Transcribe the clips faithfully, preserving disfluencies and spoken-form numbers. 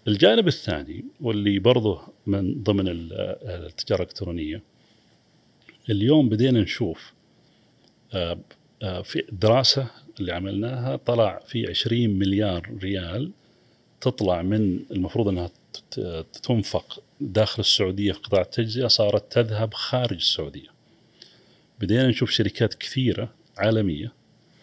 الجانب الثاني واللي برضه من ضمن التجارة الإلكترونية، اليوم بدينا نشوف في دراسة اللي عملناها طلع في عشرين مليار ريال تطلع من المفروض أنها تنفق داخل السعودية في قطاع التجزئة صارت تذهب خارج السعودية. بدينا نشوف شركات كثيرة عالمية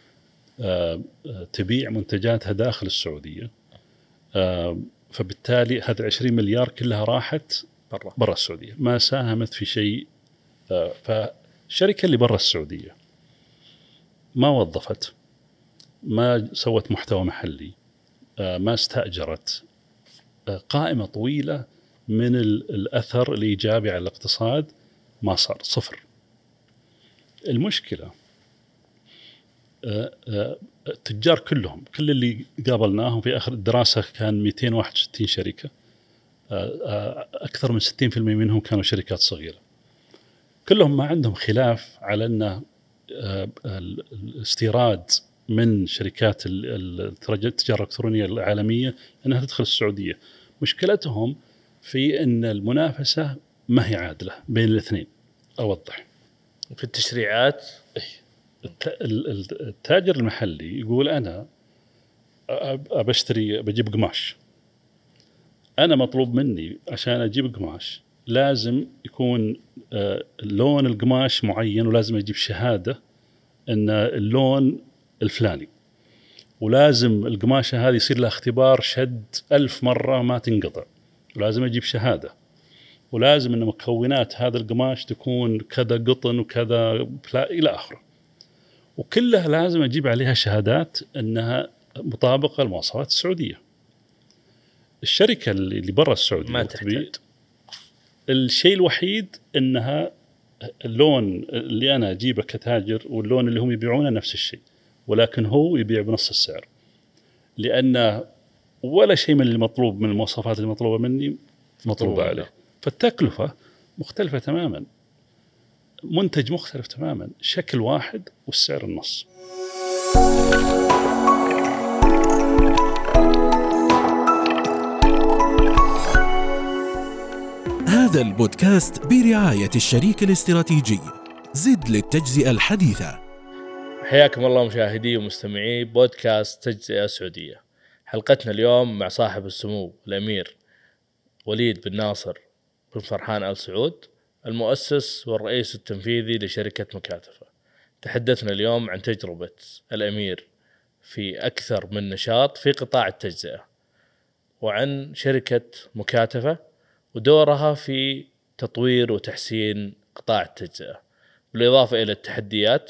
تبيع منتجاتها داخل السعودية، فبالتالي هذه عشرين مليار كلها راحت برا برا السعودية، ما ساهمت في شيء. فالشركة اللي برا السعودية ما وظفت، ما سوت محتوى محلي، ما استأجرت، قائمة طويلة من الأثر الإيجابي على الاقتصاد ما صار، صفر. المشكلة التجار كلهم، كل اللي قابلناهم في آخر الدراسة كان مئتين وواحد وستين شركة، أكثر من ستين بالمئة منهم كانوا شركات صغيرة، كلهم ما عندهم خلاف على أن الاستيراد من شركات التجارة الإلكترونية العالمية أنها تدخل السعودية. مشكلتهم في أن المنافسة ما هي عادلة بين الاثنين. أوضح في التشريعات، التاجر المحلي يقول أنا أبشتري بجيب قماش، أنا مطلوب مني عشان أجيب قماش لازم يكون لون القماش معين، ولازم أجيب شهادة أن اللون الفلاني، ولازم القماشة هذه يصير لها اختبار شد ألف مرة ما تنقطع، ولازم أجيب شهادة، ولازم أن مكونات هذا القماش تكون كذا قطن وكذا إلى آخره، وكلها لازم أجيب عليها شهادات أنها مطابقة للمواصفات السعودية. الشركة اللي برا السعودية ما تحتاج، الشيء الوحيد أنها اللون اللي أنا أجيبه كتاجر واللون اللي هم يبيعونه نفس الشيء، ولكن هو يبيع بنص السعر، لأن ولا شيء من المطلوب من المواصفات المطلوبة مني مطلوبة عليه. فالتكلفة مختلفة تماما، منتج مختلف تماما، شكل واحد والسعر النص. هذا البودكاست برعاية الشريك الاستراتيجي زد للتجزئة الحديثة. حياكم الله مشاهدي ومستمعي بودكاست تجزئة سعودية. حلقتنا اليوم مع صاحب السمو الأمير وليد بن ناصر بن فرحان آل سعود، المؤسس والرئيس التنفيذي لشركة مكاتفة. تحدثنا اليوم عن تجربة الأمير في أكثر من نشاط في قطاع التجزئة، وعن شركة مكاتفة ودورها في تطوير وتحسين قطاع التجزئة، بالإضافة إلى التحديات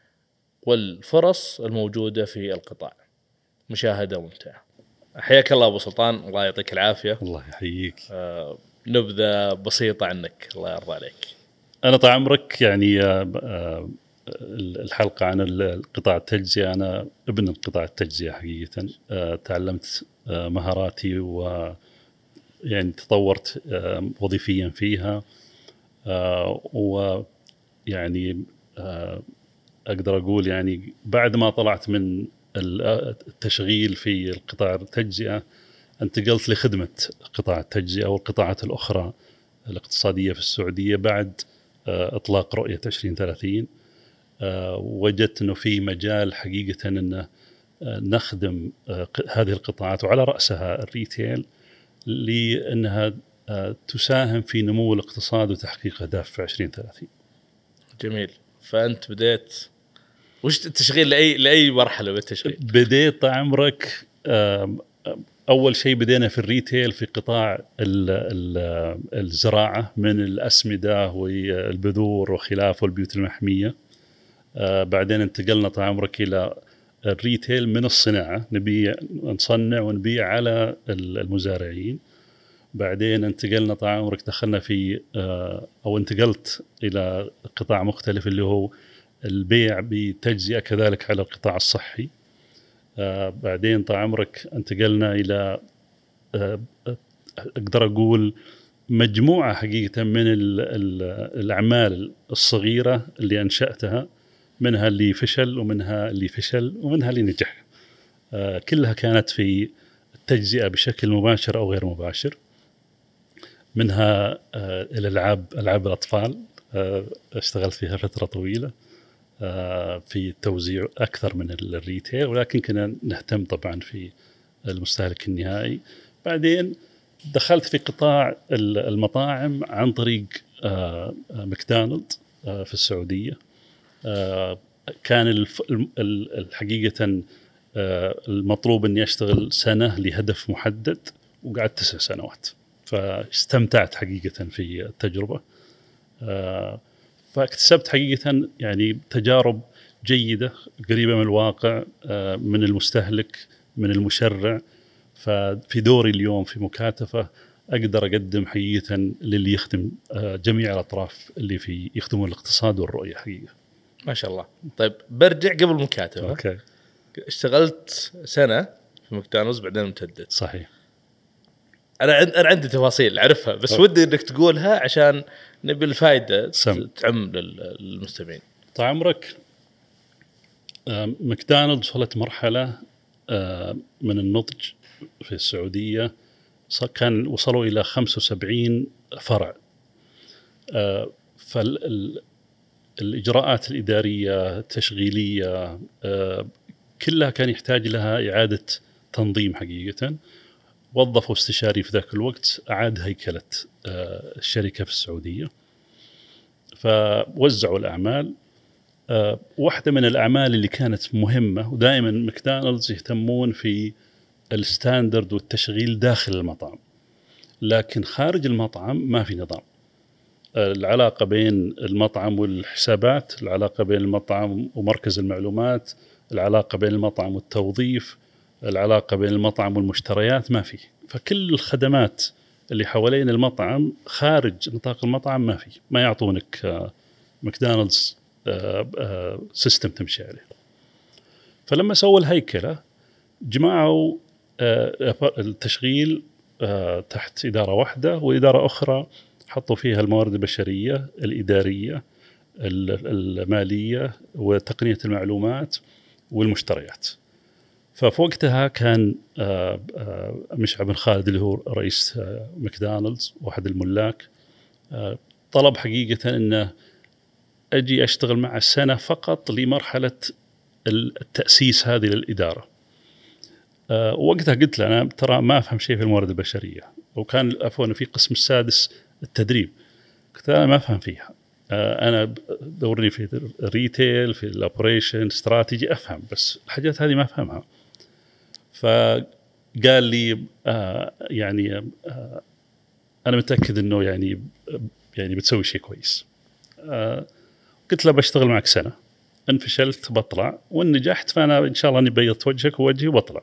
والفرص الموجودة في القطاع. مشاهدة ممتعة. حياك الله أبو سلطان، الله يعطيك العافية. الله يحييك. آه نبذة بسيطة عنك، الله يرضى عليك. أنا طال عمرك يعني آه الحلقة عن القطاع التجزئة، أنا ابن القطاع التجزئة حقيقة. آه تعلمت آه مهاراتي و يعني تطورت آه وظيفيا فيها، آه ويعني آه أقدر أقول يعني بعد ما طلعت من التشغيل في القطاع التجزئة انتقلت لخدمة قطاع التجزئة والقطاعات الأخرى الاقتصادية في السعودية بعد إطلاق رؤية عشرين ثلاثين. وجدت أنه في مجال حقيقة أن نخدم هذه القطاعات وعلى رأسها الريتيل لأنها تساهم في نمو الاقتصاد وتحقيق أهداف في عشرين ثلاثين. جميل. فأنت بديت وش التشغيل لأي لأي مرحلة بالتشغيل؟ بديت طال عمرك أول شيء بدينا في الريتيل في قطاع ال ال الزراعة من الأسمدة والبذور وخلافه والبيوت المحمية. آه بعدين انتقلنا طال عمرك إلى الريتيل من الصناعة، نبيع نصنع ونبيع على المزارعين. بعدين انتقلنا طال عمرك دخلنا في آه أو انتقلت إلى قطاع مختلف اللي هو البيع بتجزئة كذلك على القطاع الصحي. آه بعدين طال عمرك انتقلنا إلى آه أقدر أقول مجموعة حقيقة من ال ال الأعمال الصغيرة اللي أنشأتها، منها اللي فشل ومنها اللي فشل ومنها اللي نجح. آه كلها كانت في تجزئة بشكل مباشر أو غير مباشر. منها الألعاب، ألعاب الأطفال اشتغلت فيها فترة طويلة في التوزيع أكثر من الريتيل، ولكن كنا نهتم طبعا في المستهلك النهائي. بعدين دخلت في قطاع المطاعم عن طريق ماكدونالد في السعودية. كان الحقيقة المطلوب أني أشتغل سنة لهدف محدد، وقعدت تسع سنوات، فاستمتعت حقيقة في التجربة. فاكتسبت حقيقة يعني تجارب جيدة قريبة من الواقع، من المستهلك، من المشرع. ففي دوري اليوم في مكاتفة أقدر أقدم حقيقة للي يخدم جميع الأطراف اللي في يخدمون الاقتصاد والرؤية حقيقة. ما شاء الله. طيب برجع قبل المكاتبة. أوكي. اشتغلت سنة في ماكدونالدز بعدين امتدت. صحيح. أنا أنا عندي تفاصيل أعرفها، بس أوه. ودي إنك تقولها عشان نبي الفائدة تعم للمستمعين. طال عمرك، ماكدونالدز وصلت مرحلة من النضج في السعودية، كان وصلوا إلى خمسة وسبعين فرع. فالإجراءات الإدارية التشغيلية كلها كان يحتاج لها إعادة تنظيم حقيقة. وظفوا استشاري في ذاك الوقت أعاد هيكلة الشركة في السعودية، فوزعوا الأعمال. واحدة من الأعمال اللي كانت مهمة، ودائما ماكدونالدز يهتمون في الستاندرد والتشغيل داخل المطعم، لكن خارج المطعم ما في نظام. العلاقة بين المطعم والحسابات، العلاقة بين المطعم ومركز المعلومات، العلاقة بين المطعم والتوظيف، العلاقة بين المطعم والمشتريات ما في. فكل الخدمات اللي حوالين المطعم خارج نطاق المطعم ما في، ما يعطونك ماكدونالدز سيستم تمشي عليه. فلما سووا الهيكلة جمعوا التشغيل تحت إدارة واحدة، وإدارة أخرى حطوا فيها الموارد البشرية، الإدارية، المالية، وتقنية المعلومات والمشتريات. ففي وقتها كان مشعب بن خالد اللي هو رئيس ماكدونالدز واحد الملاك طلب حقيقة أنه أجي أشتغل مع السنة فقط لمرحلة التأسيس هذه للإدارة. ووقتها قلت له أنا ترى ما أفهم شيء في الموارد البشرية، وكان عفوا في قسم السادس التدريب، قلت أنا ما أفهم فيها. أنا دورني في الريتيل، في الأوبريشن، استراتيجي أفهم، بس الحاجات هذه ما أفهمها. فقال لي آه يعني آه أنا متأكد إنه يعني يعني بتسوي شيء كويس. آه قلت له بشتغل معك سنة، إن فشلت بطلع، وإن نجحت فأنا إن شاء الله إني بيضت وجهك ووجهي وبطلع.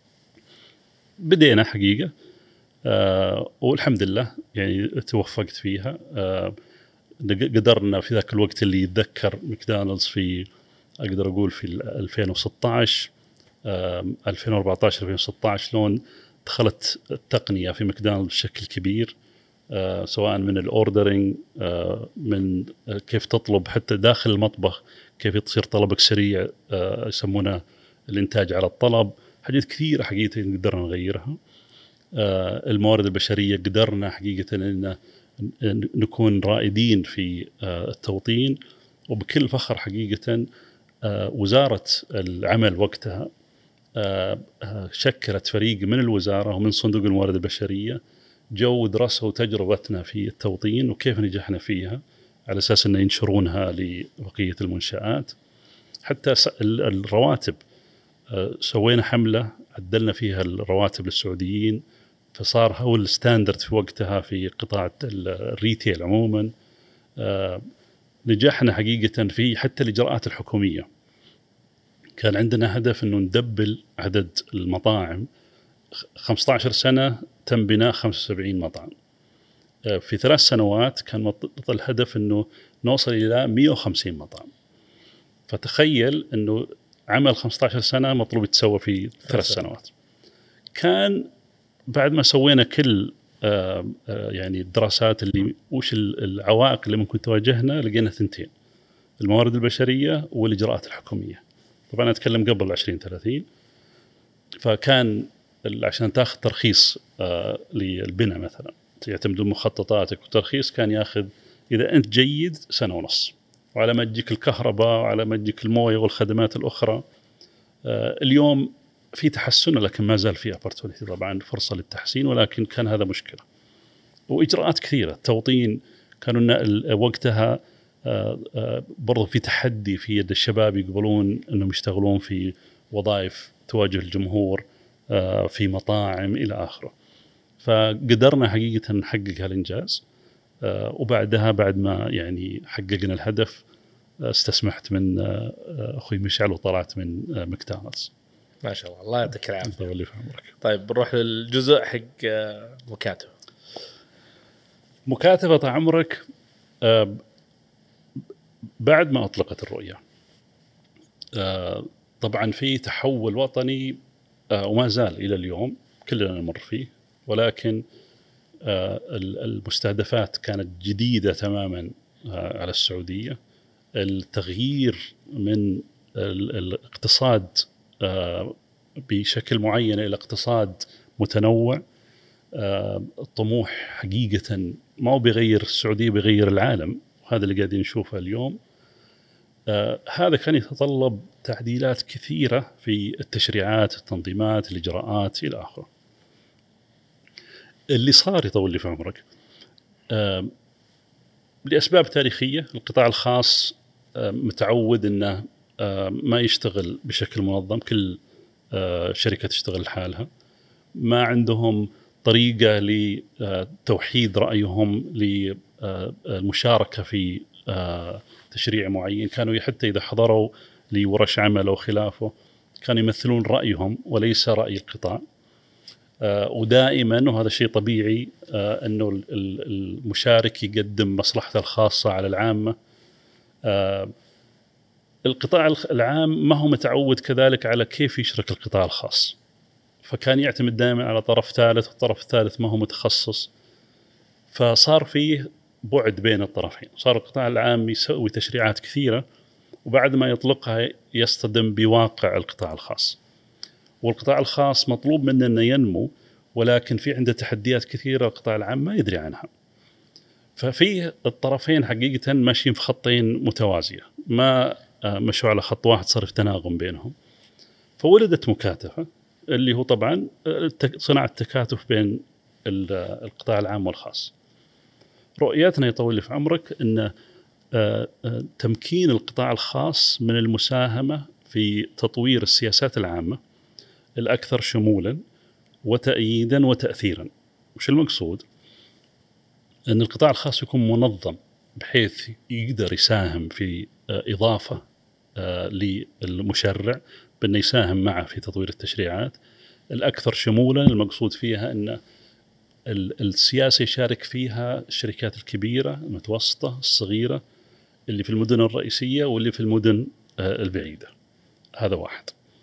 بدينا حقيقة آه والحمد لله يعني توفقت فيها. آه قدرنا في ذاك الوقت اللي يتذكر ماكدونالدز في أقدر أقول في ألفين وستة عشر ألفين وأربعة عشر ألفين وستة عشر شلون دخلت التقنية في ماكدونالدز بشكل كبير، آه سواء من الأوردرينج، آه من كيف تطلب حتى داخل المطبخ، كيف يصير طلبك سريع، آه يسمونه الإنتاج على الطلب. حاجات كثيرة حقيقة قدرنا نغيرها. آه الموارد البشرية قدرنا حقيقة أن نكون رائدين في آه التوطين، وبكل فخر حقيقة آه وزارة العمل وقتها آه آه شكلت فريق من الوزارة ومن صندوق الموارد البشرية، جو درسوا تجربتنا في التوطين وكيف نجحنا فيها، على أساس أن ينشرونها لبقية المنشآت. حتى الرواتب آه سوينا حملة عدلنا فيها الرواتب للسعوديين، فصار هو الستاندرد في وقتها في قطاع الريتيل عموما. آه نجحنا حقيقة في حتى الإجراءات الحكومية. كان عندنا هدف أنه ندبل عدد المطاعم. خمسة عشر سنة تم بناء خمسة وسبعين مطعم. آه في ثلاث سنوات كان الهدف أنه نوصل إلى مئة وخمسين مطعم. فتخيل أنه عمل خمسة عشر سنة مطلوب يتسوى في ثلاث سنوات. كان بعد ما سوينا كل آه آه يعني الدراسات اللي وش العوائق اللي ممكن تواجهنا، لقينا ثنتين: الموارد البشرية والإجراءات الحكومية. طبعا أتكلم قبل عشرين ثلاثين. فكان عشان تاخذ ترخيص للبناء مثلا يعتمدون مخططاتك وترخيص كان ياخذ إذا أنت جيد سنة ونص، وعلى ما تجيك الكهرباء وعلى ما تجيك الموية والخدمات الأخرى. اليوم في تحسن لكن ما زال في opportunity طبعا فرصة للتحسين، ولكن كان هذا مشكلة وإجراءات كثيرة. توطين كانوا وقتها برضو في تحدي في يد الشباب يقبلون أنهم يشتغلون في وظائف تواجه الجمهور في مطاعم إلى آخره. فقدرنا حقيقة نحقق هالإنجاز، وبعدها بعد ما يعني حققنا الهدف استسمحت من أخوي مشعل وطلعت من ماكدونالدز. ما شاء الله، الله يعطيك العافية. الله يفهم عمرك. طيب بنروح للجزء حق مكاتبة. مكاتبة عمرك بعد ما أطلقت الرؤية طبعا في تحول وطني وما زال إلى اليوم كلنا نمر فيه، ولكن المستهدفات كانت جديدة تماما على السعودية. التغيير من الاقتصاد بشكل معين إلى اقتصاد متنوع، الطموح حقيقة ما هو بيغير السعودية، بيغير العالم، وهذا اللي قاعدين نشوفه اليوم. هذا كان يتطلب تعديلات كثيرة في التشريعات، التنظيمات، الإجراءات إلى آخره. اللي صار يطول لي في عمرك لأسباب تاريخية. القطاع الخاص متعود أنه ما يشتغل بشكل منظم، كل شركة تشتغل لحالها، ما عندهم طريقة لتوحيد رأيهم للمشاركة في تشريع معين. كانوا حتى إذا حضروا لورش عمل أو خلافه كانوا يمثلون رأيهم وليس رأي القطاع. ودائما، وهذا شيء طبيعي، أنه المشارك يقدم مصلحته الخاصة على العامة. القطاع العام ما هو متعود كذلك على كيف يشرك القطاع الخاص، فكان يعتمد دائما على طرف ثالث، والطرف الثالث ما هو متخصص، فصار فيه بعد بين الطرفين. صار القطاع العام يسوي تشريعات كثيرة وبعد ما يطلقها يصطدم بواقع القطاع الخاص، والقطاع الخاص مطلوب منه أنه ينمو، ولكن في عنده تحديات كثيرة القطاع العام ما يدري عنها. ففي الطرفين حقيقة ماشيين في خطين متوازية، ما مشوا على خط واحد، صار في تناغم بينهم. فولدت مكاتبة اللي هو طبعا صناعة التكاتف بين القطاع العام والخاص. رؤيتنا يطول لي في عمرك أن تمكين القطاع الخاص من المساهمة في تطوير السياسات العامة الأكثر شمولا وتأييدا وتأثيرا. وش المقصود؟ أن القطاع الخاص يكون منظم بحيث يقدر يساهم في إضافة للمشرع بأنه يساهم معه في تطوير التشريعات. الأكثر شمولا المقصود فيها أن السياسة يشارك فيها الشركات الكبيرة، المتوسطة، الصغيرة، اللي في المدن الرئيسية واللي في المدن البعيدة. هذا واحد.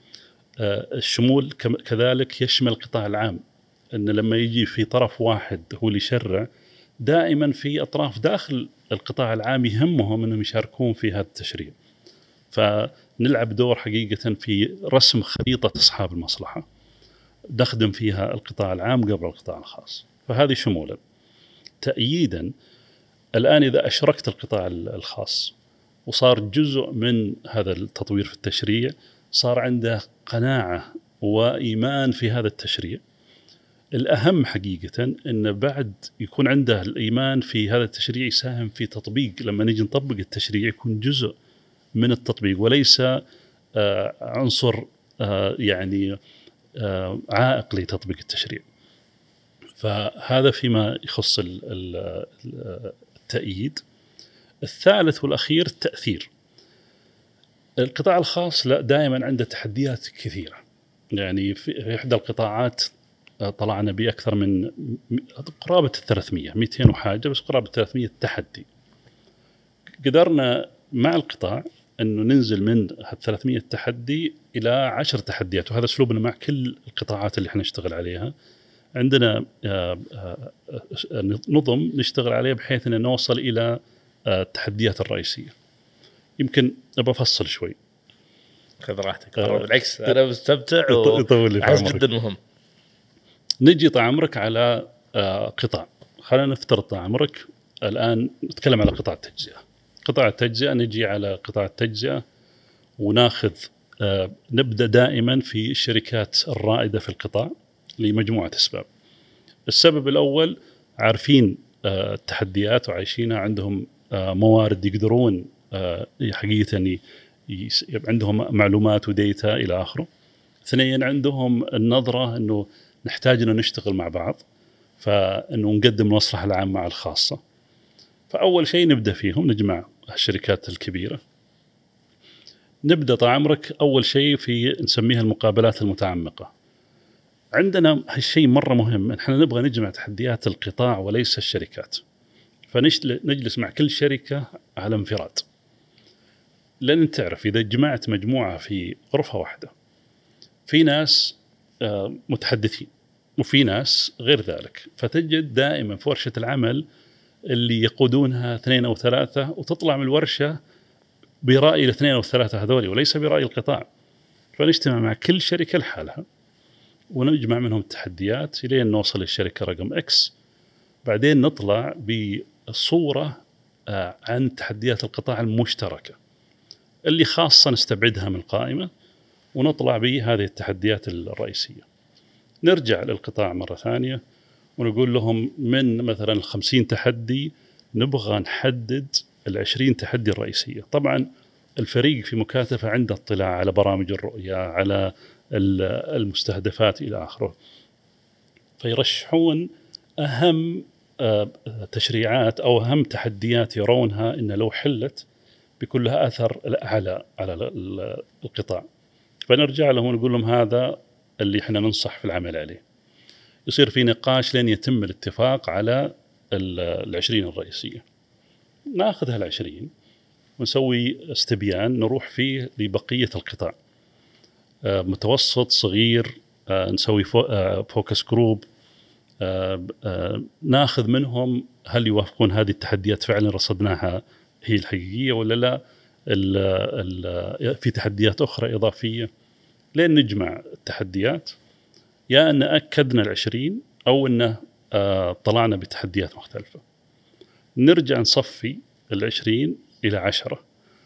الشمول كذلك يشمل القطاع العام، أن لما يجي في طرف واحد هو اللي يشرع، دائما في أطراف داخل القطاع العام يهمهم أنهم يشاركون في هذا التشريع. فنلعب دور حقيقة في رسم خريطة أصحاب المصلحة، نخدم فيها القطاع العام قبل القطاع الخاص. فهذه شمولا. تأييدا، الآن إذا أشركت القطاع الخاص وصار جزء من هذا التطوير في التشريع، صار عنده قناعة وإيمان في هذا التشريع. الأهم حقيقة أن بعد يكون عنده الإيمان في هذا التشريع يساهم في تطبيق. لما نيجي نطبق التشريع يكون جزء من التطبيق وليس آه عنصر آه يعني آه عائق لتطبيق التشريع. فهذا فيما يخص التأييد. الثالث والأخير التأثير. القطاع الخاص لا دائما عنده تحديات كثيرة. يعني في إحدى القطاعات طلعنا بأكثر من قرابة الثلاثمية مئتين وحاجة، بس قرابة ثلاثمية تحدي. قدرنا مع القطاع أنه ننزل من ثلاثمية تحدي إلى عشر تحديات، وهذا أسلوبنا مع كل القطاعات اللي احنا نشتغل عليها. عندنا نظم نشتغل عليه بحيث أن نوصل إلى التحديات الرئيسية. يمكن أبى أفصل شوي. خذ راحتك. بالعكس أنا مستمتع وعايز جدا مهم. نجي طال عمرك على آه، قطاع. خلينا نفترض طال عمرك الآن نتكلم على قطاع التجزئة. قطاع التجزئة نجي على قطاع التجزئة وناخذ آه، نبدأ دائما في الشركات الرائدة في القطاع لمجموعة أسباب. السبب الأول عارفين آه، التحديات وعايشينها، عندهم آه، موارد يقدرون آه، حقيقة عندهم معلومات وديتا إلى آخره. اثنين عندهم النظرة أنه نحتاج أنه نشتغل مع بعض، فأنه نقدم المصلحة العامة مع الخاصة. فأول شيء نبدأ فيهم نجمع الشركات الكبيرة. نبدأ طال عمرك أول شيء في نسميها المقابلات المتعمقة. عندنا هالشيء مرة مهم، نحن نبغى نجمع تحديات القطاع وليس الشركات، فنجلس مع كل شركة على انفراد. لأن تعرف إذا جمعت مجموعة في غرفة واحدة في ناس متحدثين وفي ناس غير ذلك، فتجد دائما في ورشة العمل اللي يقودونها اثنين أو ثلاثة، وتطلع من الورشة برأي الاثنين أو الثلاثة هذولي وليس برأي القطاع. فنجتمع مع كل شركة لحالها ونجمع منهم التحديات إلين نوصل للشركة رقم إكس. بعدين نطلع بصورة عن تحديات القطاع المشتركة اللي خاصة نستبعدها من القائمة، ونطلع بهذه التحديات الرئيسية. نرجع للقطاع مرة ثانية ونقول لهم من مثلا الخمسين تحدي نبغى نحدد العشرين تحدي الرئيسية. طبعا الفريق في مكاتفة عنده اطلاع على برامج الرؤية، على المستهدفات إلى آخره، فيرشحون أهم تشريعات أو أهم تحديات يرونها إن لو حلت بيكون لها أثر على على القطاع. فنرجع لهم ونقول لهم هذا اللي احنا ننصح في العمل عليه. يصير في نقاش لين يتم الاتفاق على العشرين الرئيسية. ناخذ هالعشرين ونسوي استبيان نروح فيه لبقية القطاع، متوسط صغير، نسوي فوكس جروب، ناخذ منهم هل يوافقون هذه التحديات فعلا رصدناها هي الحقيقية ولا لا، ال ال في تحديات أخرى إضافية، لين نجمع التحديات. يا أن أكدنا العشرين أو أنه طلعنا بتحديات مختلفة. نرجع نصفي العشرين إلى عشرة،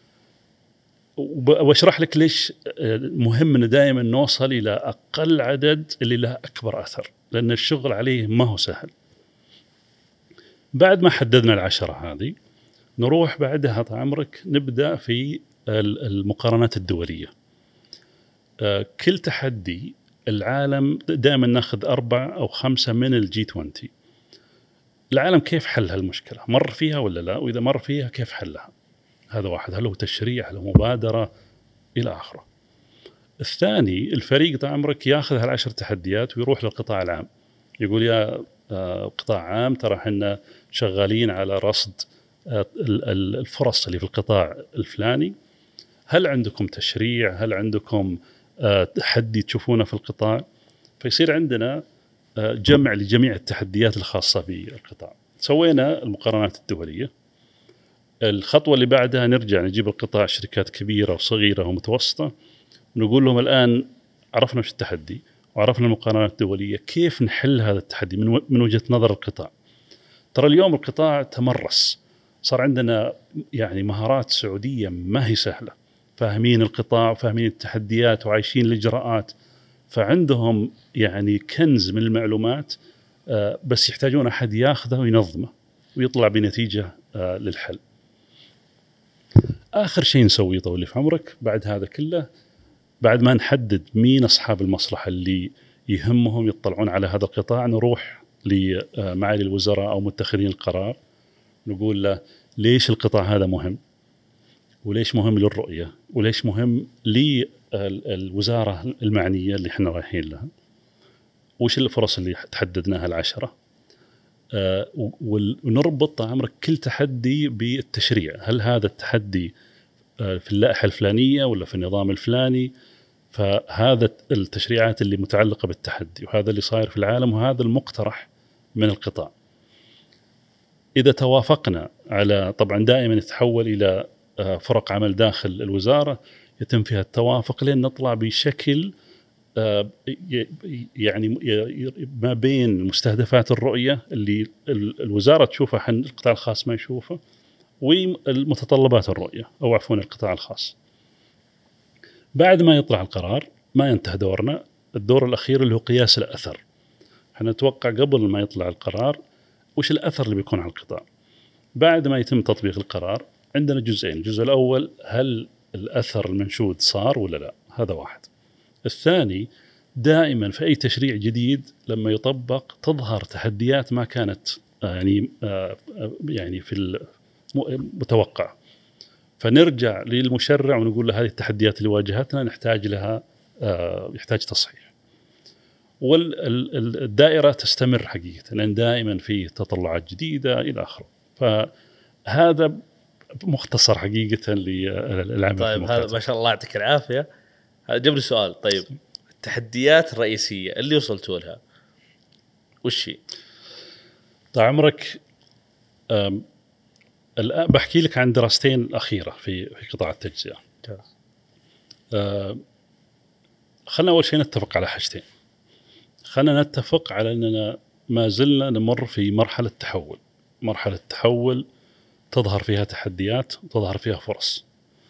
واشرح لك ليش مهم أن دائما نوصل إلى أقل عدد اللي له أكبر أثر، لأن الشغل عليه ما هو سهل. بعد ما حددنا العشرة هذه نروح بعدها طال عمرك نبدأ في المقارنات الدولية. كل تحدي العالم دائما ناخذ أربع أو خمسة من الجي عشرين. العالم كيف حل هالمشكلة؟ مر فيها ولا لا؟ وإذا مر فيها كيف حلها؟ هذا واحد. هل هو تشريع؟ هل هو مبادرة؟ إلى آخره. الثاني الفريق طال عمرك ياخذ هالعشر تحديات ويروح للقطاع العام، يقول يا قطاع عام ترى احنا شغالين على رصد الفرص اللي في القطاع الفلاني، هل عندكم تشريع؟ هل عندكم تحدي تشوفونه في القطاع؟ فيصير عندنا جمع لجميع التحديات الخاصة بالقطاع. سوينا المقارنات الدولية. الخطوة اللي بعدها نرجع نجيب القطاع شركات كبيرة وصغيرة ومتوسطة، نقول لهم الآن عرفنا وش التحدي وعرفنا المقارنات الدولية، كيف نحل هذا التحدي من وجهة نظر القطاع. ترى اليوم القطاع تمرس، صار عندنا يعني مهارات سعودية ما هي سهلة، فاهمين القطاع وفاهمين التحديات وعايشين الإجراءات، فعندهم يعني كنز من المعلومات، بس يحتاجون أحد ياخذه وينظمه ويطلع بنتيجة للحل. آخر شيء نسويه طولي في عمرك بعد هذا كله، بعد ما نحدد مين أصحاب المصلحة اللي يهمهم يطلعون على هذا القطاع، نروح لمعالي الوزراء أو متخذين القرار نقول له ليش القطاع هذا مهم، وليش مهم للرؤية، وليش مهم للوزارة المعنية اللي احنا رايحين لها، وش الفرص اللي تحددناها العشرة. آه ونربط عمرك كل تحدي بالتشريع، هل هذا التحدي آه في اللائحة الفلانية ولا في النظام الفلاني، فهذا التشريعات اللي متعلقة بالتحدي، وهذا اللي صاير في العالم، وهذا المقترح من القطاع. إذا توافقنا على، طبعا دائما يتحول إلى فرق عمل داخل الوزارة يتم فيها التوافق لين نطلع بشكل آه، ي- يعني ي- ما بين مستهدفات الرؤية اللي ال- الوزارة تشوفها حن القطاع الخاص ما يشوفه، والمتطلبات الرؤية أو عفوا القطاع الخاص. بعد ما يطلع القرار ما ينتهي دورنا، الدور الأخير اللي هو قياس الأثر. احنا نتوقع قبل ما يطلع القرار وش الأثر اللي بيكون على القطاع. بعد ما يتم تطبيق القرار عندنا جزئين، الجزء الأول هل الأثر المنشود صار ولا لا، هذا واحد. الثاني دائما في أي تشريع جديد لما يطبق تظهر تحديات ما كانت يعني يعني في المتوقع، فنرجع للمشرع ونقول له هذه التحديات اللي واجهتنا نحتاج لها يحتاج تصحيح. والدائرة تستمر حقيقة لأن دائما في تطلعات جديدة إلى آخره. فهذا مختصر حقيقة للعمل. طيب هذا ما شاء الله يعطيك العافية. جاب لي سؤال، طيب التحديات الرئيسية اللي وصلتوا لها وش هي؟ طال عمرك الآن بحكي لك عن دراستين الأخيرة في في قطاع التجزئة. أه خلنا أول شيء نتفق على حاجتين. خلنا نتفق على أننا ما زلنا نمر في مرحلة تحول، مرحلة تحول تظهر فيها تحديات وتظهر فيها فرص.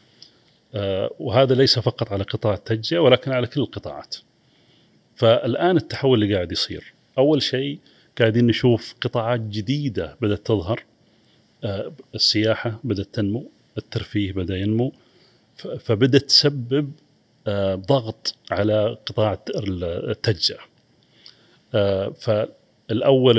أه وهذا ليس فقط على قطاع التجزئة ولكن على كل القطاعات. فالآن التحول اللي قاعد يصير، أول شيء قاعدين نشوف قطاعات جديدة بدأت تظهر. أه السياحة بدأت تنمو، الترفيه بدأ ينمو، فبدأت تسبب أه ضغط على قطاع التجزئة. أه فالأول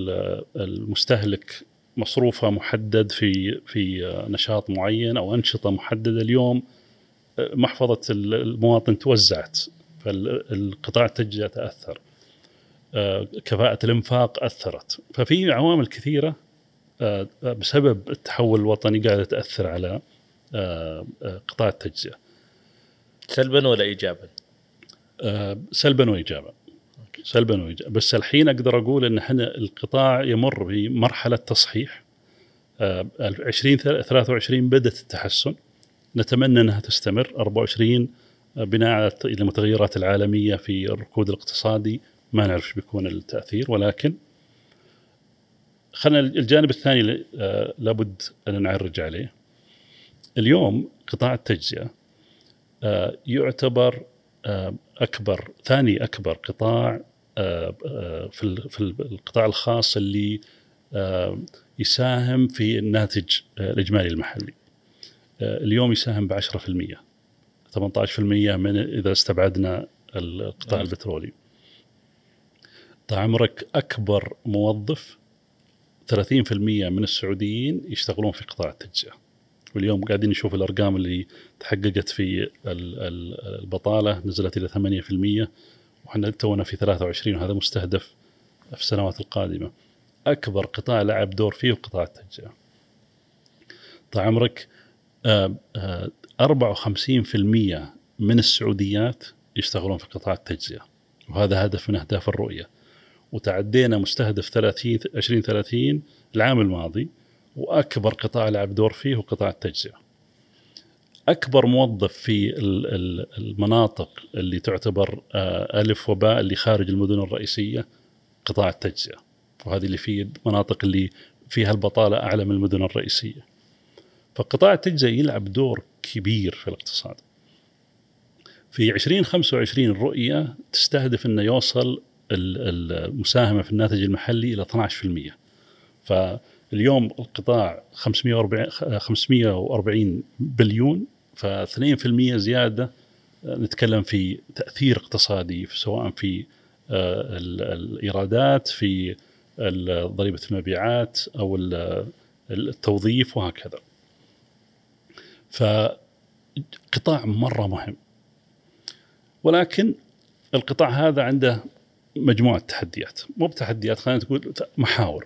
المستهلك مصروفه محدد في في نشاط معين أو أنشطة محددة، اليوم محفظة المواطن توزعت، فالقطاع التجزئة تأثر، أه كفاءة الإنفاق أثرت، ففي عوامل كثيرة أه بسبب التحول الوطني قاعدة تأثر على أه قطاع التجزئة سلبا ولا إيجابا؟ أه سلبا وإيجابا. سلبا وإيجابا. بس الحين أقدر أقول أن احنا القطاع يمر بمرحلة تصحيح. أه عشرين ثلاثة وعشرين بدأت التحسن، نتمنى أنها تستمر. أربعة وعشرين بناء على المتغيرات العالمية في الركود الاقتصادي ما نعرف بيكون التأثير، ولكن خلنا الجانب الثاني آه لابد أن نعرج عليه. اليوم قطاع التجزئة آه يعتبر آه أكبر ثاني أكبر قطاع آه آه في في القطاع الخاص اللي آه يساهم في الناتج آه الإجمالي المحلي. آه اليوم يساهم بعشرة في المية، ثمانية عشر في المية من إذا استبعدنا القطاع البترولي. طال عمرك أكبر موظف ثلاثين في المية من السعوديين يشتغلون في قطاع التجزئة، واليوم قاعدين نشوف الأرقام اللي تحققت في البطالة نزلت إلى ثمانية في المية، وحنا تونا في ثلاثة وعشرين، وهذا مستهدف في السنوات القادمة. أكبر قطاع لعب دور فيه قطاع التجزئة. طال عمرك أربعة وخمسين في المية من السعوديات يشتغلون في قطاع التجزئة، وهذا هدف من أهداف الرؤية، وتعدينا مستهدف ثلاثين عشرين ثلاثين العام الماضي، وأكبر قطاع لعب دور فيه هو قطاع التجزئة. أكبر موظف في المناطق اللي تعتبر ألف وباء اللي خارج المدن الرئيسية قطاع التجزئة، وهذه اللي فيه المناطق اللي فيها البطالة أعلى من المدن الرئيسية. فقطاع التجزئة يلعب دور كبير في الاقتصاد. في عشرين خمسة وعشرين الرؤية تستهدف أنه يوصل المساهمة في الناتج المحلي إلى اثناشر في المية. فاليوم القطاع خمسمئة وأربعين بليون، فاثنين في المية زيادة. نتكلم في تأثير اقتصادي سواء في الإيرادات، في ضريبة المبيعات أو التوظيف وهكذا. فقطاع مرة مهم، ولكن القطاع هذا عنده مجموعة تحديات، مو بتحديات، خلينا تقول محاور.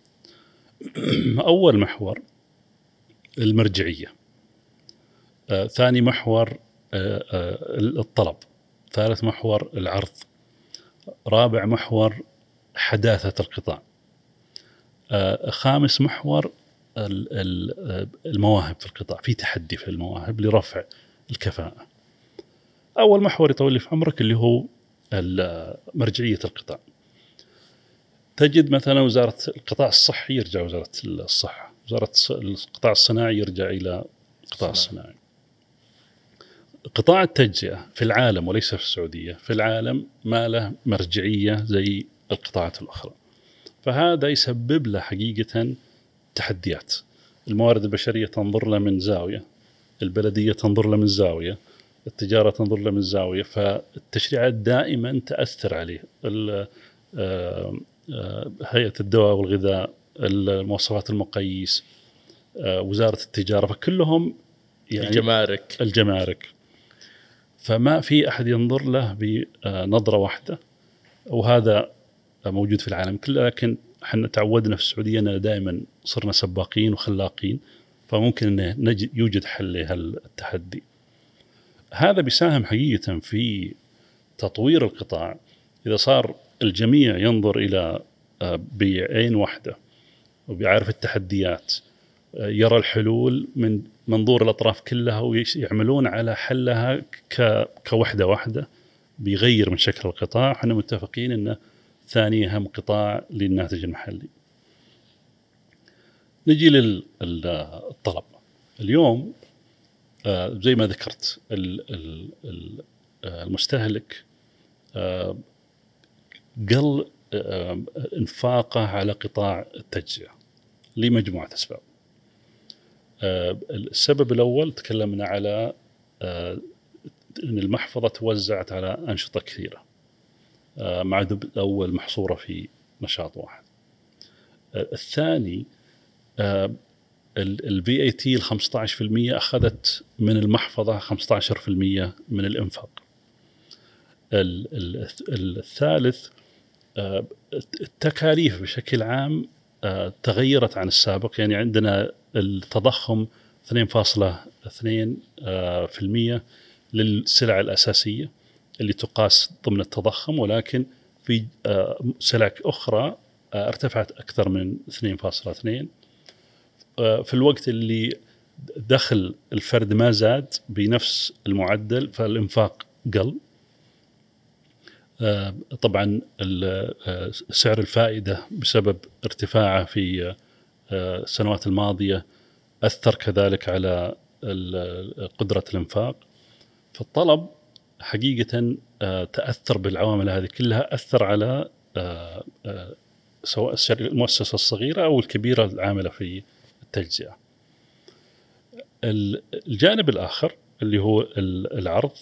أول محور المرجعية، آه، ثاني محور آه، آه، الطلب، ثالث محور العرض، رابع محور حداثة القطاع، آه، خامس محور المواهب في القطاع، في تحدي في المواهب لرفع الكفاءة. أول محور يطول لي في عمرك اللي هو مرجعية القطاع. تجد مثلا وزارة القطاع الصحي يرجع وزارة الصحة، وزارة القطاع الصناعي يرجع إلى القطاع الصناعي. قطاع التجزئة في العالم وليس في السعودية، في العالم ما له مرجعية زي القطاعات الأخرى، فهذا يسبب له حقيقة تحديات. الموارد البشرية تنظر له من زاوية، البلدية تنظر له من زاوية، التجارة تنظر له من زاوية، فالتشريعات دائما تأثر عليه. هيئة الدواء والغذاء، المواصفات المقاييس، وزارة التجارة، فكلهم يعني الجمارك الجمارك فما في أحد ينظر له بنظرة واحدة، وهذا موجود في العالم كله. لكن احنا تعودنا في السعودية أننا دائما صرنا سباقين وخلاقين، فممكن أن يوجد حل لهالتحدي. هذا بيساهم حقيقة في تطوير القطاع. إذا صار الجميع ينظر إلى بعين واحدة وبيعرف التحديات، يرى الحلول من منظور الأطراف كلها ويعملون على حلها كوحدة واحدة، بيغير من شكل القطاع. احنا متفقين أنه ثاني أهم قطاع للناتج المحلي. نجي للطلب. اليوم زي ما ذكرت المستهلك قل انفاقه على قطاع التجزئة لمجموعة أسباب. السبب الأول تكلمنا على أن المحفظة توزعت على أنشطة كثيرة، ما عاد الأول محصورة في نشاط واحد. الثاني الفي اي تي الخمسة عشر بالمئة أخذت من المحفظة خمسة عشر بالمئة من الإنفاق. الثالث التكاليف بشكل عام تغيرت عن السابق، يعني عندنا التضخم اثنين فاصلة اثنين بالمئة للسلع الأساسية اللي تقاس ضمن التضخم، ولكن في سلع أخرى ارتفعت أكثر من اثنين فاصلة اثنين، في الوقت اللي دخل الفرد ما زاد بنفس المعدل، فالإنفاق قل. طبعا سعر الفائدة بسبب ارتفاعه في السنوات الماضية أثر كذلك على قدرة الإنفاق. فالطلب حقيقة تأثر بالعوامل هذه كلها، أثر على سواء المؤسسة الصغيرة أو الكبيرة العاملة في التجزئة. الجانب الآخر اللي هو العرض.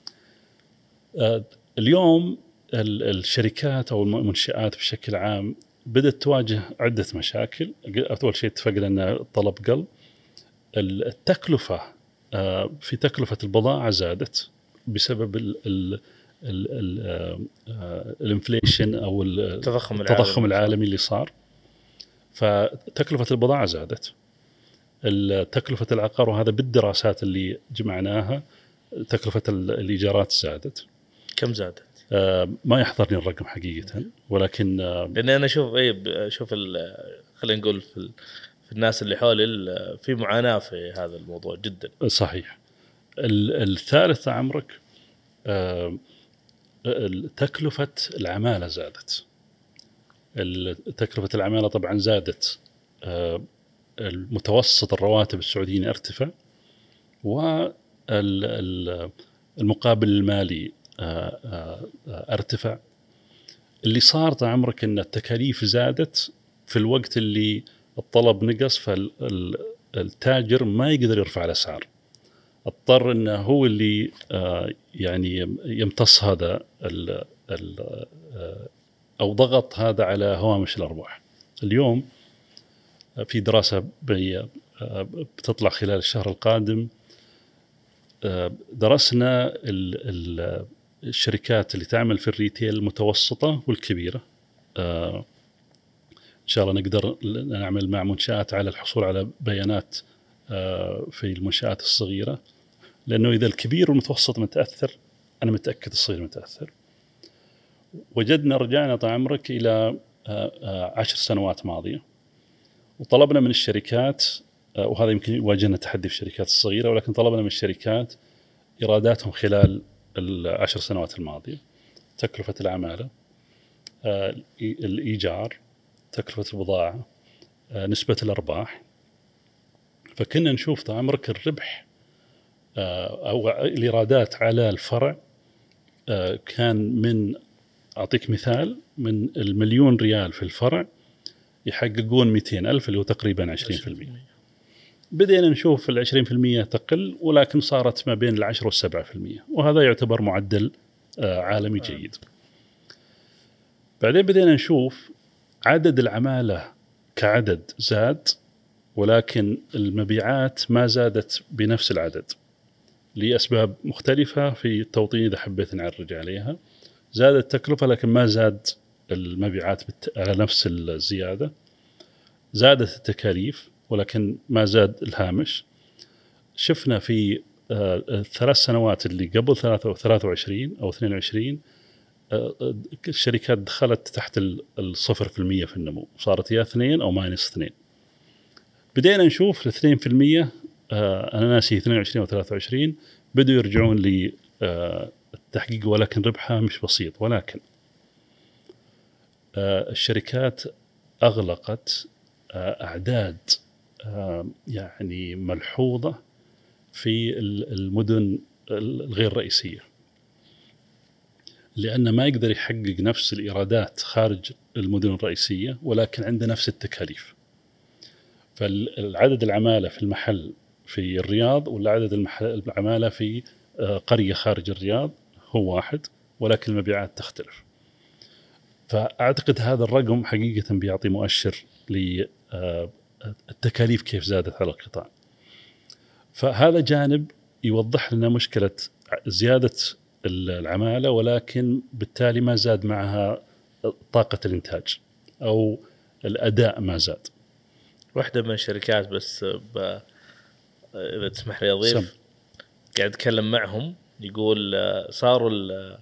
اليوم الشركات أو المنشآت بشكل عام بدأت تواجه عدة مشاكل. أول شيء اتفقنا أن الطلب قل. التكلفة في تكلفة البضاعة زادت بسبب ال ال ال الانفليشن أو التضخم, التضخم العالمي اللي صار، فتكلفة البضاعة زادت. تكلفة العقار، وهذا بالدراسات اللي جمعناها تكلفة الإيجارات زادت. كم زادت؟ آه ما يحضرني الرقم حقيقة، ولكن آه لأن أنا أشوف إيه أشوف خلينا نقول في, في الناس اللي حولي في معاناة في هذا الموضوع جدا. صحيح. الثالث عمرك آه تكلفة العمالة زادت. تكلفة العمالة طبعا زادت، آه المتوسط الرواتب السعوديين ارتفع، والمقابل المالي ارتفع. اللي صار طال عمرك ان التكاليف زادت في الوقت اللي الطلب نقص، فالتاجر ما يقدر يرفع الاسعار، اضطر انه هو اللي يعني يمتص هذا ال ال او ضغط هذا على هوامش الارباح. اليوم في دراسة بتطلع خلال الشهر القادم، درسنا الشركات اللي تعمل في الريتيل المتوسطة والكبيرة. إن شاء الله نقدر نعمل مع منشآت على الحصول على بيانات في المنشآت الصغيرة، لأنه إذا الكبير والمتوسط متأثر أنا متأكد الصغير متأثر. وجدنا رجعنا طال عمرك إلى عشر سنوات ماضية، وطلبنا من الشركات، وهذا يمكن يواجهنا تحدي في الشركات الصغيرة، ولكن طلبنا من الشركات إيراداتهم خلال العشر سنوات الماضية. تكلفة العمالة، آه، الإيجار، تكلفة البضاعة، آه، نسبة الأرباح. فكنا نشوف طال عمرك الربح آه، أو الإيرادات على الفرع آه، كان من، أعطيك مثال، من المليون ريال في الفرع يحققون مئتين ألف اللي هو تقريبا عشرين بالمئة. بدينا نشوف العشرين بالمئة تقل، ولكن صارت ما بين العشرة والسبعة بالمئة، وهذا يعتبر معدل آه، عالمي جيد. بعدين بدينا نشوف عدد العمالة كعدد زاد، ولكن المبيعات ما زادت بنفس العدد لأسباب مختلفة في التوطين إذا حبيت نعرج عليها. زادت التكلفة لكن ما زاد المبيعات على نفس الزيادة. زادت التكاليف ولكن ما زاد الهامش. شفنا في الثلاث سنوات اللي قبل ثلاثة وعشرين أو اثنين وعشرين الشركات دخلت تحت الصفر في المية في النمو، صارت يا اثنين أو ماينس اثنين. بدينا نشوف الاثنين في المية، أنا ناسي اثنين وعشرين أو ثلاثة وعشرين، بدوا يرجعون للتحقيق، ولكن ربحها مش بسيط. ولكن الشركات أغلقت أعداد يعني ملحوظة في المدن الغير رئيسية، لأن ما يقدر يحقق نفس الإيرادات خارج المدن الرئيسية ولكن عنده نفس التكاليف. فالعدد العمالة في المحل في الرياض ولا عدد العمالة في قرية خارج الرياض هو واحد، ولكن المبيعات تختلف. فأعتقد هذا الرقم حقيقة بيعطي مؤشر للتكاليف كيف زادت على القطاع. فهذا جانب يوضح لنا مشكلة زيادة العمالة، ولكن بالتالي ما زاد معها طاقة الإنتاج أو الأداء ما زاد. واحدة من الشركات بس ب... إذا تسمح لي أضيف، سم. قاعد أتكلم معهم يقول صاروا ال...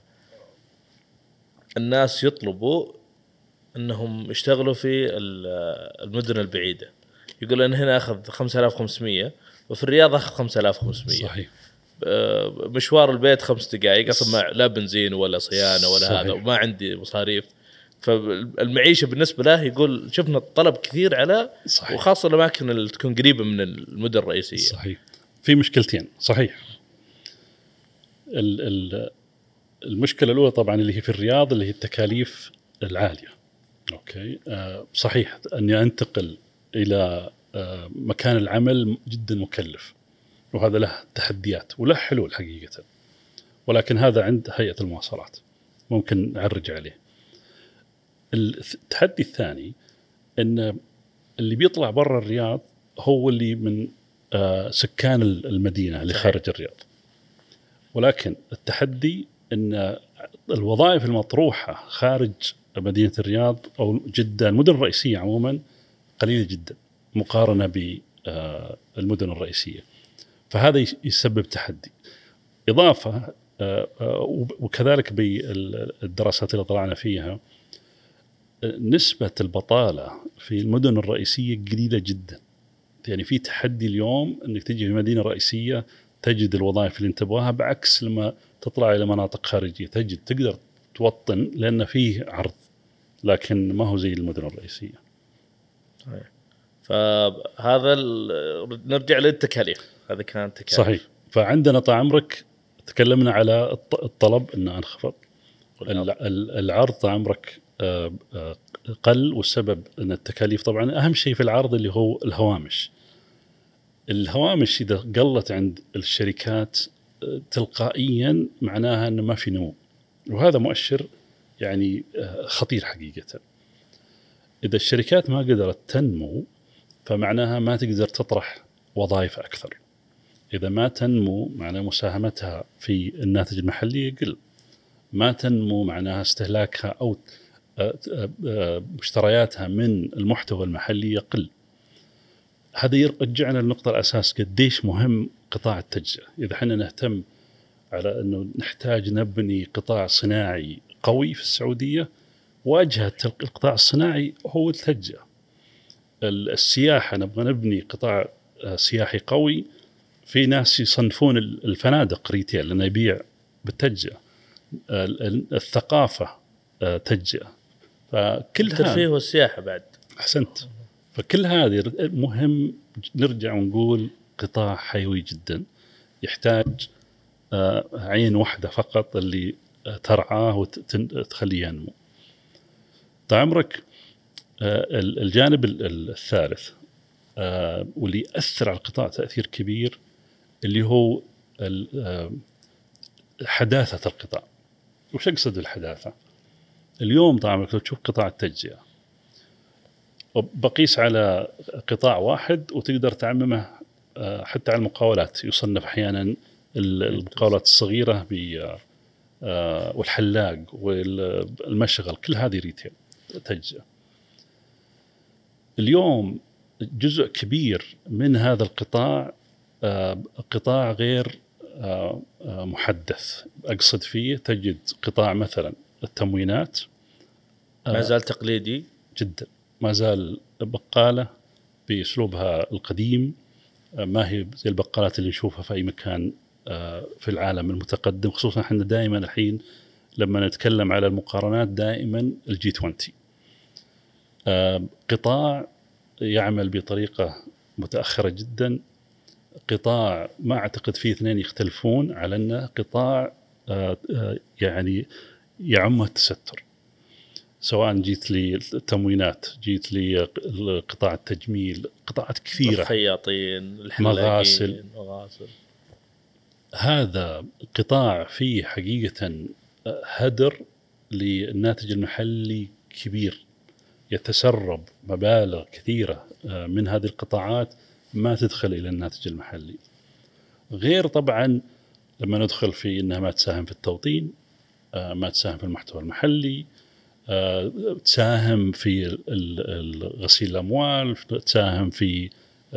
الناس يطلبوا أنهم يشتغلوا في المدن البعيدة. يقول أن هنا أخذ خمسة آلاف وخمسمية وفي الرياض أخذ خمسة آلاف وخمسمية. صحيح. مشوار البيت خمس دقائق أصلا، ما لا بنزين ولا صيانة ولا صحيح. هذا، وما عندي مصاريف. فالمعيشة بالنسبة له يقول شفنا الطلب كثير على صحيح. وخاصة الأماكن اللي تكون قريبة من المدن الرئيسية. صحيح. في مشكلتين. صحيح. المشكلة الأولى طبعا اللي هي في الرياض اللي هي التكاليف العالية. أوكي. آه صحيح أني أنتقل إلى آه مكان العمل جدا مكلف، وهذا له تحديات وله حلول حقيقة، ولكن هذا عند هيئة المواصلات ممكن نعرج عليه. التحدي الثاني أن اللي بيطلع برا الرياض هو اللي من آه سكان المدينة اللي خارج الرياض، ولكن التحدي أن الوظائف المطروحة خارج مدينة الرياض أو جدة، المدن الرئيسية عموما، قليلة جدا مقارنة بالمدن الرئيسية. فهذا يسبب تحدي. إضافة وكذلك بالدراسات اللي طلعنا فيها نسبة البطالة في المدن الرئيسية قليلة جدا. يعني في تحدي اليوم أنك تجي في مدينة رئيسية تجد الوظائف اللي انتبهها، بعكس لما تطلع إلى مناطق خارجية تجد تقدر توطن لأن فيه عرض، لكن ما هو زي المدن الرئيسية. فهذا نرجع للتكاليف. هذا كان تكاليف. صحيح. فعندنا طال عمرك تكلمنا على الطلب إنه انخفض، العرض طال عمرك قل، والسبب أن التكاليف طبعا أهم شيء في العرض اللي هو الهوامش. الهوامش إذا قلت عند الشركات تلقائيا معناها أنه ما في نمو، وهذا مؤشر يعني خطير حقيقة. إذا الشركات ما قدرت تنمو فمعناها ما تقدر تطرح وظائف أكثر. إذا ما تنمو معناها مساهمتها في الناتج المحلي يقل، ما تنمو معناها استهلاكها أو مشترياتها من المحتوى المحلي يقل. هذا يرجعنا للنقطة الأساس قديش مهم قطاع التجزئة. إذا حنا نهتم على أنه نحتاج نبني قطاع صناعي قوي في السعودية، واجهة القطاع الصناعي هو التجزئة. السياحة نبغى نبني قطاع سياحي قوي، في ناس يصنفون الفنادق ريتيل لأنه يبيع بالتجزئة. الثقافة تجزئة، فكل الترفيه والسياحة بعد. أحسنت. فكل هذه مهم نرجع ونقول قطاع حيوي جدا يحتاج عين واحدة فقط اللي ترعاه وتخليه ينمو. طال عمرك الجانب الثالث واللي يأثر على القطاع تأثير كبير اللي هو حداثة القطاع. وش أقصد بالحداثة؟ اليوم طال عمرك لو تشوف قطاع التجزئة بقيس على قطاع واحد وتقدر تعممه حتى على المقاولات. يصنف أحيانا المقاولات الصغيرة والحلاق والمشغل، كل هذه ريتيل تجزئة. اليوم جزء كبير من هذا القطاع قطاع غير محدث. أقصد فيه تجد قطاع مثلا التموينات ما زال تقليدي جدا، ما زال بقالة بأسلوبها القديم، ما هي زي البقالات اللي نشوفها في أي مكان في العالم المتقدم. خصوصا احنا دائما الحين لما نتكلم على المقارنات دائما الجي عشرين قطاع يعمل بطريقة متأخرة جدا، قطاع ما أعتقد فيه اثنين يختلفون على أنه قطاع يعني يعمه التستر. سواء جيت لي التموينات، جيت لي قطاع التجميل، قطاعات كثيرة، الخياطين، مغاسل. مغاسل. هذا قطاع فيه حقيقة هدر للناتج المحلي كبير، يتسرب مبالغ كثيرة من هذه القطاعات ما تدخل إلى الناتج المحلي. غير طبعا لما ندخل في أنها ما تساهم في التوطين، ما تساهم في المحتوى المحلي، تساهم في غسيل الأموال، تساهم في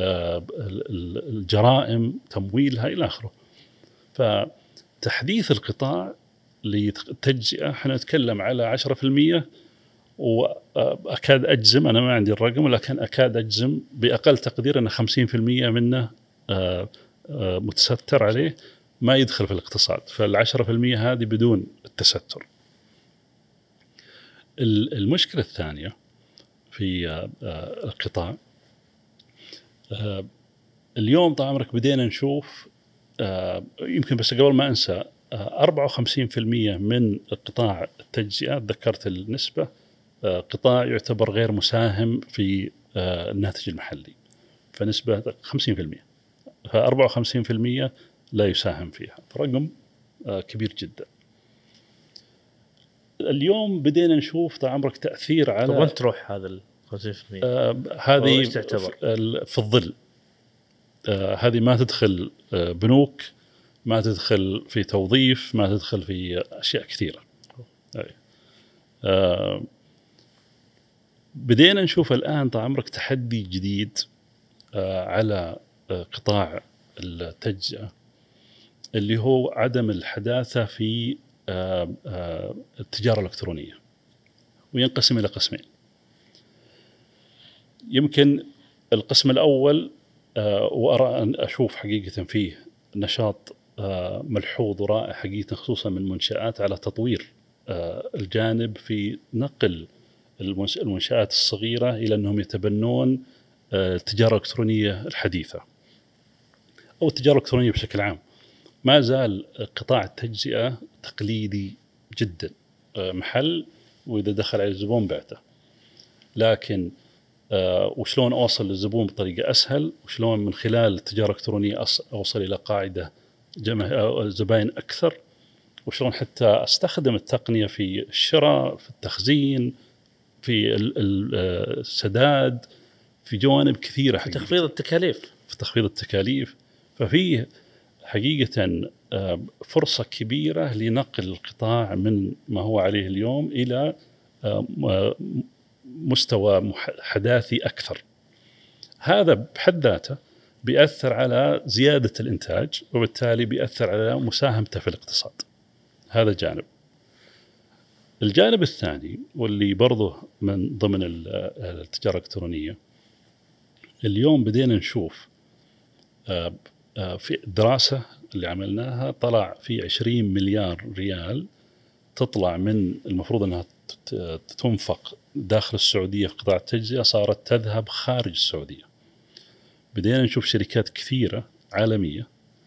الجرائم تمويلها إلى آخره. فتحديث القطاع للتجزئة احنا نتكلم على عشرة في المية، وأكاد أجزم، أنا ما عندي الرقم ولكن أكاد أجزم بأقل تقدير أن خمسين في المية منه متستر عليه ما يدخل في الاقتصاد. فالعشرة في المية هذه بدون التستر. المشكلة الثانية في القطاع اليوم طال عمرك بدينا نشوف، يمكن بس قبل ما أنسى، أربعة وخمسين في المية من قطاع التجزئة، ذكرت النسبة، قطاع يعتبر غير مساهم في الناتج المحلي، فنسبة خمسين في المية، فأربعة وخمسين في المية لا يساهم فيها، فرقم كبير جدا. اليوم بدينا نشوف طال عمرك تأثير على. طب وين تروح هذا ال خمسين في المية؟ آه هذه تعتبر في الظل. آه هذه ما تدخل آه بنوك، ما تدخل في توظيف، ما تدخل في أشياء كثيرة. آه بدينا نشوف الآن طال عمرك تحدي جديد آه على آه قطاع التجزئة اللي هو عدم الحداثة في آه آه التجارة الإلكترونية، وينقسم إلى قسمين. يمكن القسم الأول آه وأرى أن أشوف حقيقة فيه نشاط آه ملحوظ ورائع حقيقة، خصوصا من منشآت على تطوير آه الجانب في نقل المنشآت الصغيرة إلى أنهم يتبنون آه التجارة الإلكترونية الحديثة أو التجارة الإلكترونية بشكل عام. ما زال قطاع التجزئة تقليدي جدا، آه محل وإذا دخل على الزبون بعته، لكن آه وشلون أوصل للزبون بطريقة أسهل، وشلون من خلال التجارة الإلكترونية أوصل إلى قاعدة زبائن أكثر، وشلون حتى أستخدم التقنية في الشراء، في التخزين، في السداد، في جوانب كثيرة، في تخفيض التكاليف في تخفيض التكاليف. ففيه حقيقة فرصة كبيرة لنقل القطاع من ما هو عليه اليوم إلى مستوى حداثي أكثر. هذا بحد ذاته بيأثر على زيادة الإنتاج، وبالتالي بيأثر على مساهمته في الاقتصاد. هذا جانب. الجانب الثاني واللي برضه من ضمن التجارة الإلكترونية، اليوم بدينا نشوف في الدراسة اللي عملناها طلع في عشرين مليار ريال تطلع من المفروض أنها تنفق داخل السعودية في قطاع التجزئة صارت تذهب خارج السعودية. بدينا نشوف شركات كثيرة عالمية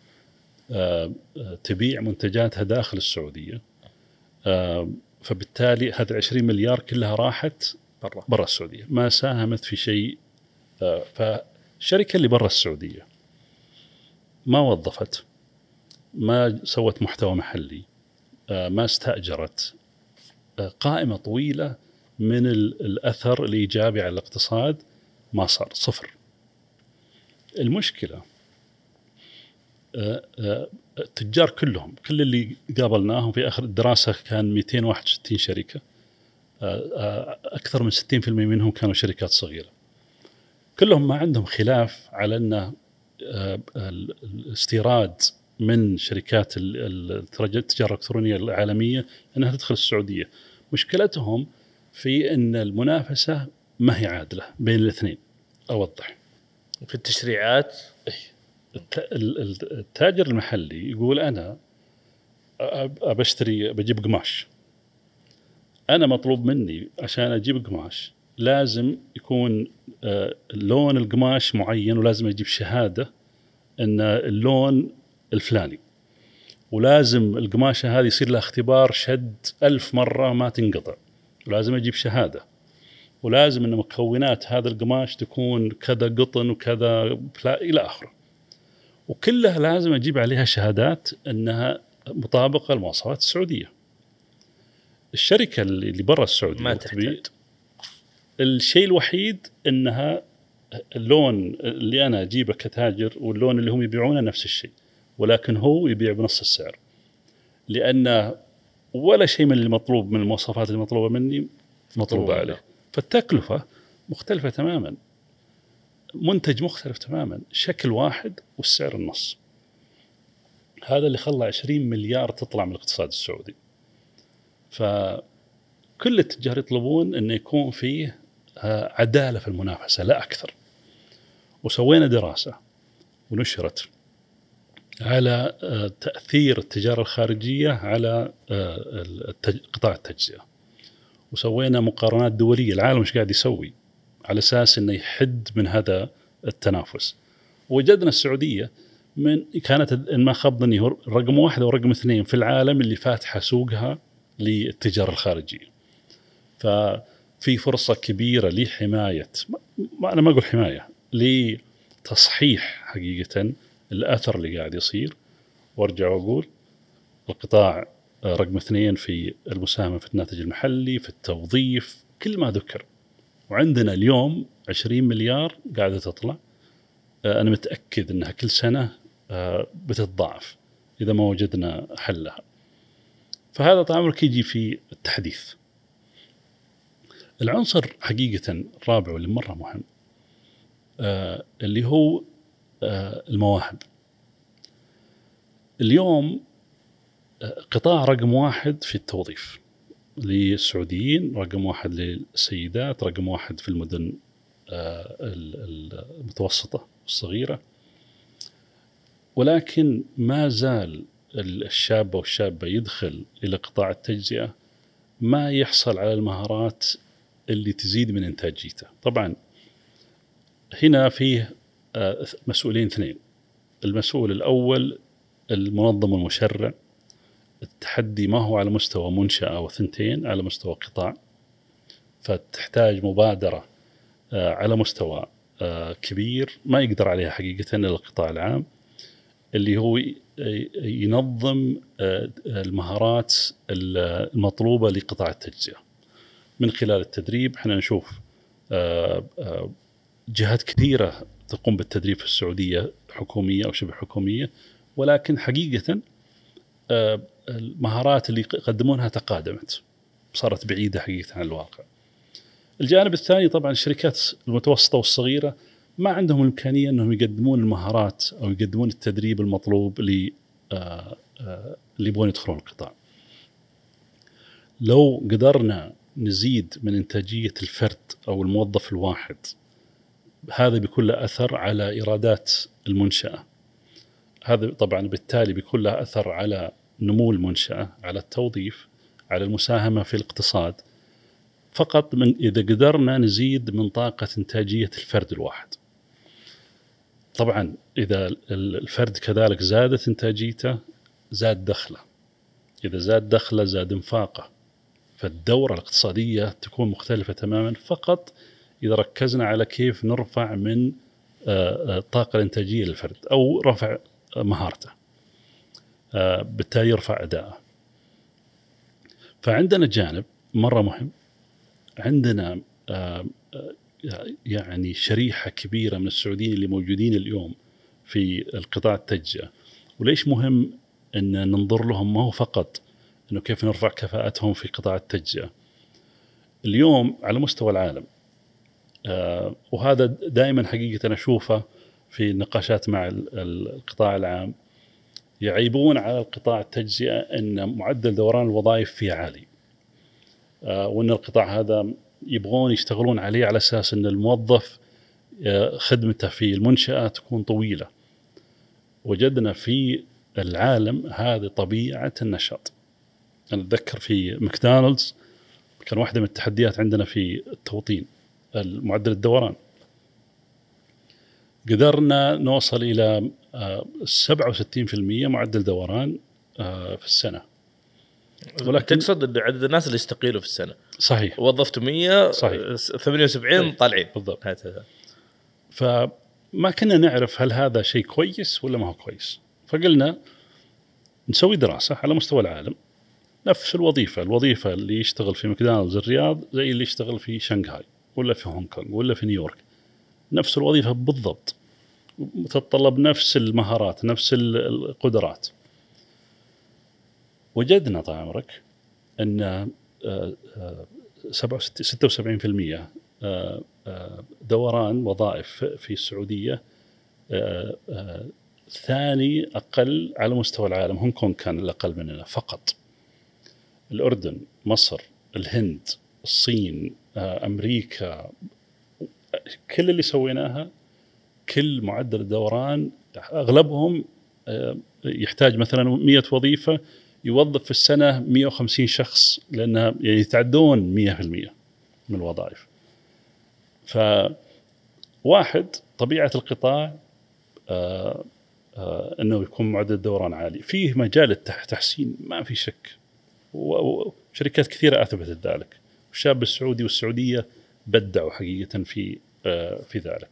تبيع منتجاتها داخل السعودية، فبالتالي هذه عشرين مليار كلها راحت برا برا السعودية، ما ساهمت في شيء. فالشركة اللي برا السعودية ما وظفت، ما سوت محتوى محلي، ما استأجرت، قائمة طويلة من الأثر الإيجابي على الاقتصاد ما صار، صفر. المشكلة التجار كلهم، كل اللي قابلناهم في آخر الدراسة كان مئتين وواحد وستين شركة، أكثر من ستين بالمئة منهم كانوا شركات صغيرة، كلهم ما عندهم خلاف على أن الاستيراد من شركات التجارة الإلكترونية العالمية أنها تدخل السعودية. مشكلتهم في أن المنافسة ما هي عادلة بين الاثنين. أوضح في التشريعات، التاجر المحلي يقول أنا أبشتري بجيب قماش، أنا مطلوب مني عشان أجيب قماش لازم يكون لون القماش معين، ولازم أجيب شهادة أن اللون الفلاني، ولازم القماشة هذه يصير لها اختبار شد ألف مرة ما تنقطع، ولازم أجيب شهادة، ولازم أن مكونات هذا القماش تكون كذا قطن وكذا إلى آخره، وكلها لازم أجيب عليها شهادات أنها مطابقة للمواصفات السعودية. الشركة اللي برا السعودية ما تحتاج، الشيء الوحيد أنها اللون اللي أنا أجيبه كتاجر واللون اللي هم يبيعونه نفس الشيء، ولكن هو يبيع بنص السعر، لأن ولا شيء من المطلوب من المواصفات المطلوبة مني مطلوبة عليه. فالتكلفة مختلفة تماما، منتج مختلف تماما، شكل واحد والسعر النص. هذا اللي خلى عشرين مليار تطلع من الاقتصاد السعودي. فكل التجار يطلبون أن يكون فيه عدالة في المنافسة لا أكثر. وسوينا دراسة ونشرت على تأثير التجارة الخارجية على قطاع التجزئة، وسوينا مقارنات دولية العالم مش قاعد يسوي على أساس أنه يحد من هذا التنافس. وجدنا السعودية من كانت إن ما خاب ظني رقم واحد ورقم اثنين في العالم اللي فاتحة سوقها للتجارة الخارجية. ففي فرصة كبيرة لحماية، ما أنا ما أقول حماية، لتصحيح حقيقة الأثر اللي قاعد يصير. وارجع وأقول القطاع رقم اثنين في المساهمة في الناتج المحلي، في التوظيف، كل ما ذكر. وعندنا اليوم عشرين مليار قاعدة تطلع، أنا متأكد أنها كل سنة بتتضاعف إذا ما وجدنا حلها. فهذا طبعا يجي في التحديث. العنصر حقيقة الرابع واللي مرة مهم اللي هو المواهب. اليوم قطاع رقم واحد في التوظيف للسعوديين، رقم واحد للسيدات، رقم واحد في المدن المتوسطة والصغيرة، ولكن ما زال الشاب والشابة يدخل إلى قطاع التجزئة ما يحصل على المهارات اللي تزيد من إنتاجيته. طبعا هنا فيه مسؤولين اثنين، المسؤول الأول المنظم والمشرع. التحدي ما هو على مستوى منشأة وثنتين، على مستوى قطاع، فتحتاج مبادرة على مستوى كبير ما يقدر عليها حقيقة إلا القطاع العام، اللي هو ينظم المهارات المطلوبة لقطاع التجزئة من خلال التدريب. احنا نشوف جهات كثيرة تقوم بالتدريب في السعودية، حكومية أو شبه حكومية، ولكن حقيقة المهارات اللي يقدمونها تقادمت، صارت بعيدة حقيقة عن الواقع. الجانب الثاني طبعا الشركات المتوسطة والصغيرة ما عندهم الإمكانية أنهم يقدمون المهارات أو يقدمون التدريب المطلوب اللي اللي يبغون يدخلون القطاع. لو قدرنا نزيد من إنتاجية الفرد أو الموظف الواحد، هذا بيكون له أثر على إيرادات المنشأة، هذا طبعا بالتالي بيكون له أثر على نمو المنشأة، على التوظيف، على المساهمة في الاقتصاد فقط من إذا قدرنا نزيد من طاقة إنتاجية الفرد الواحد. طبعا إذا الفرد كذلك زادت إنتاجيته زاد دخله، إذا زاد دخله زاد انفاقه، فالدورة الاقتصادية تكون مختلفة تماما فقط إذا ركزنا على كيف نرفع من الطاقة الإنتاجية للفرد أو رفع مهارته، بالتالي يرفع أداءه. فعندنا جانب مرة مهم، عندنا يعني شريحة كبيرة من السعوديين اللي موجودين اليوم في القطاع التجزئة. وليش مهم أن ننظر لهم؟ ما هو فقط أنه كيف نرفع كفاءتهم في قطاع التجزئة. اليوم على مستوى العالم، آه وهذا دائما حقيقة أنا أشوفه في النقاشات مع القطاع العام، يعيبون على القطاع التجزئة أن معدل دوران الوظائف فيه عالي، آه وأن القطاع هذا يبغون يشتغلون عليه على أساس أن الموظف آه خدمته في المنشأة تكون طويلة. وجدنا في العالم هذه طبيعة النشاط. أنا أتذكر في ماكدونالدز كان واحدة من التحديات عندنا في التوطين المعدل الدوران، قدرنا نوصل إلى سبعة وستين بالمئة معدل دوران في السنة. ولكن تقصد أن عدد الناس اللي يستقيلوا في السنة؟ صحيح. وظفت مية، صحيح. ثمانية وسبعين طالعين. بالضبط. فما كنا نعرف هل هذا شيء كويس ولا ما هو كويس، فقلنا نسوي دراسة على مستوى العالم. نفس الوظيفة الوظيفة اللي يشتغل في ماكدونالدز الرياض زي اللي يشتغل في شنغهاي ولا في هونغ كونغ ولا في نيويورك، نفس الوظيفة بالضبط، تتطلب نفس المهارات نفس القدرات. وجدنا طال عمرك أن ستة وسبعين بالمئة دوران وظائف في السعودية ثاني أقل على مستوى العالم. هونغ كونغ كان الأقل مننا فقط. الأردن، مصر، الهند، الصين، أمريكا، كل اللي سويناها كل معدل الدوران أغلبهم يحتاج مثلا مئة وظيفة يوظف في السنة مئة وخمسين شخص، لأنها يعني يتعدون مئة بالمئة من الوظائف. فواحد طبيعة القطاع آآ آآ أنه يكون معدل الدوران عالي، فيه مجال للتحسين ما في شك، وشركات كثيرة أثبتت ذلك. الشاب السعودي والسعودية بدعوا حقيقة في في ذلك.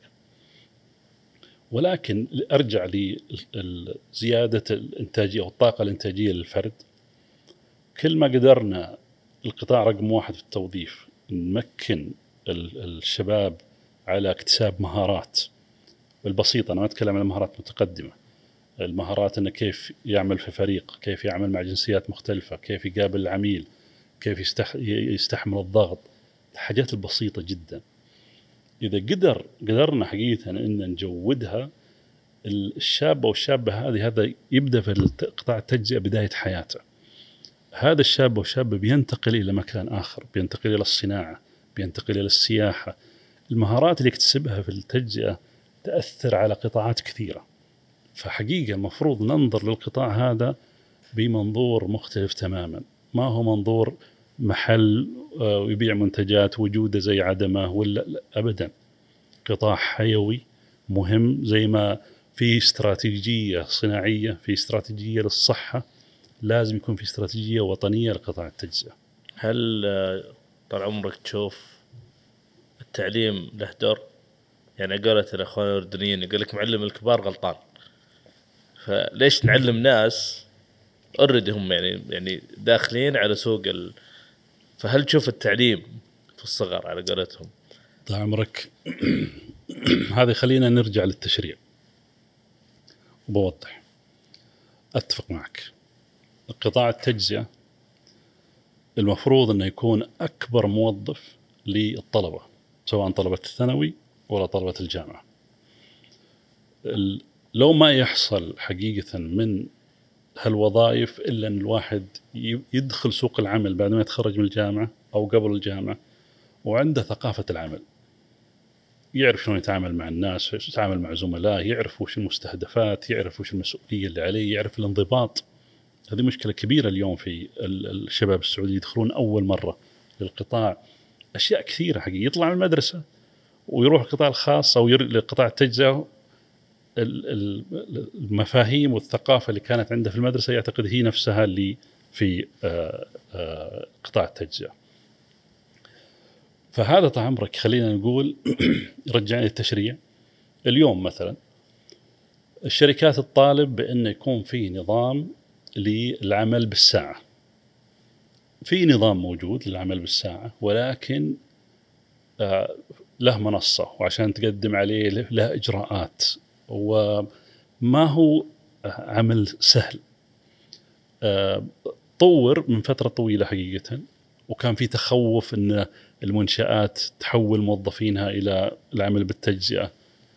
ولكن أرجع لزيادة الإنتاجية والطاقة الإنتاجية للفرد، كل ما قدرنا القطاع رقم واحد في التوظيف نمكن الشباب على اكتساب مهارات البسيطة. أنا ما أتكلم عن مهارات متقدمة، المهارات أنه كيف يعمل في فريق، كيف يعمل مع جنسيات مختلفة، كيف يقابل العميل، كيف يستح... يستحمل الضغط، الحاجات البسيطة جدا. إذا قدر قدرنا حقيقة أن نجودها، الشاب أو الشابة هذه هذا يبدأ في قطاع التجزئة بداية حياته. هذا الشاب أو الشابة بينتقل إلى مكان آخر، بينتقل إلى الصناعة، بينتقل إلى السياحة. المهارات اللي يكتسبها في التجزئة تأثر على قطاعات كثيرة. فحقيقة مفروض ننظر للقطاع هذا بمنظور مختلف تماما، ما هو منظور محل ويبيع منتجات وجوده زي عدمه ولا لا أبدا. قطاع حيوي مهم، زي ما في استراتيجية صناعية، في استراتيجية للصحة، لازم يكون في استراتيجية وطنية لقطاع التجزئة. هل طال عمرك تشوف التعليم له دور؟ يعني قالت الأخوان الأردنيين يقول لك معلم الكبار غلطان، فليش نعلم ناس أوريدي هم يعني يعني داخلين على سوق ال... فهل تشوف التعليم في الصغر على قولتهم؟ طال عمرك هذا خلينا نرجع للتشريع وبوضح. أتفق معك، القطاع التجزئة المفروض أنه يكون أكبر موظف للطلبة، سواء طلبة الثانوي ولا طلبة الجامعة. لو ما يحصل حقيقة من هالوظائف إلا أن الواحد يدخل سوق العمل بعد ما يتخرج من الجامعة أو قبل الجامعة وعنده ثقافة العمل، يعرف شلون يتعامل مع الناس، يتعامل مع زملاء، يعرف وش المستهدفات، يعرف وش المسؤولية اللي عليه، يعرف الانضباط هذه مشكلة كبيرة اليوم في الشباب السعودي يدخلون أول مرة للقطاع. أشياء كثيرة حقيقة، يطلع من المدرسة ويروح القطاع الخاص أو لقطاع التجزئة، المفاهيم والثقافة اللي كانت عنده في المدرسة يعتقد هي نفسها اللي في قطاع التجزئة. فهذا طال عمرك خلينا نقول رجعني التشريع. اليوم مثلا الشركات تطالب بأنه يكون في نظام للعمل بالساعة، في نظام موجود للعمل بالساعة، ولكن له منصة وعشان تقدم عليه له إجراءات، وما هو عمل سهل. طور من فترة طويلة حقيقة، وكان في تخوف أن المنشآت تحول موظفينها إلى العمل بالتجزئة،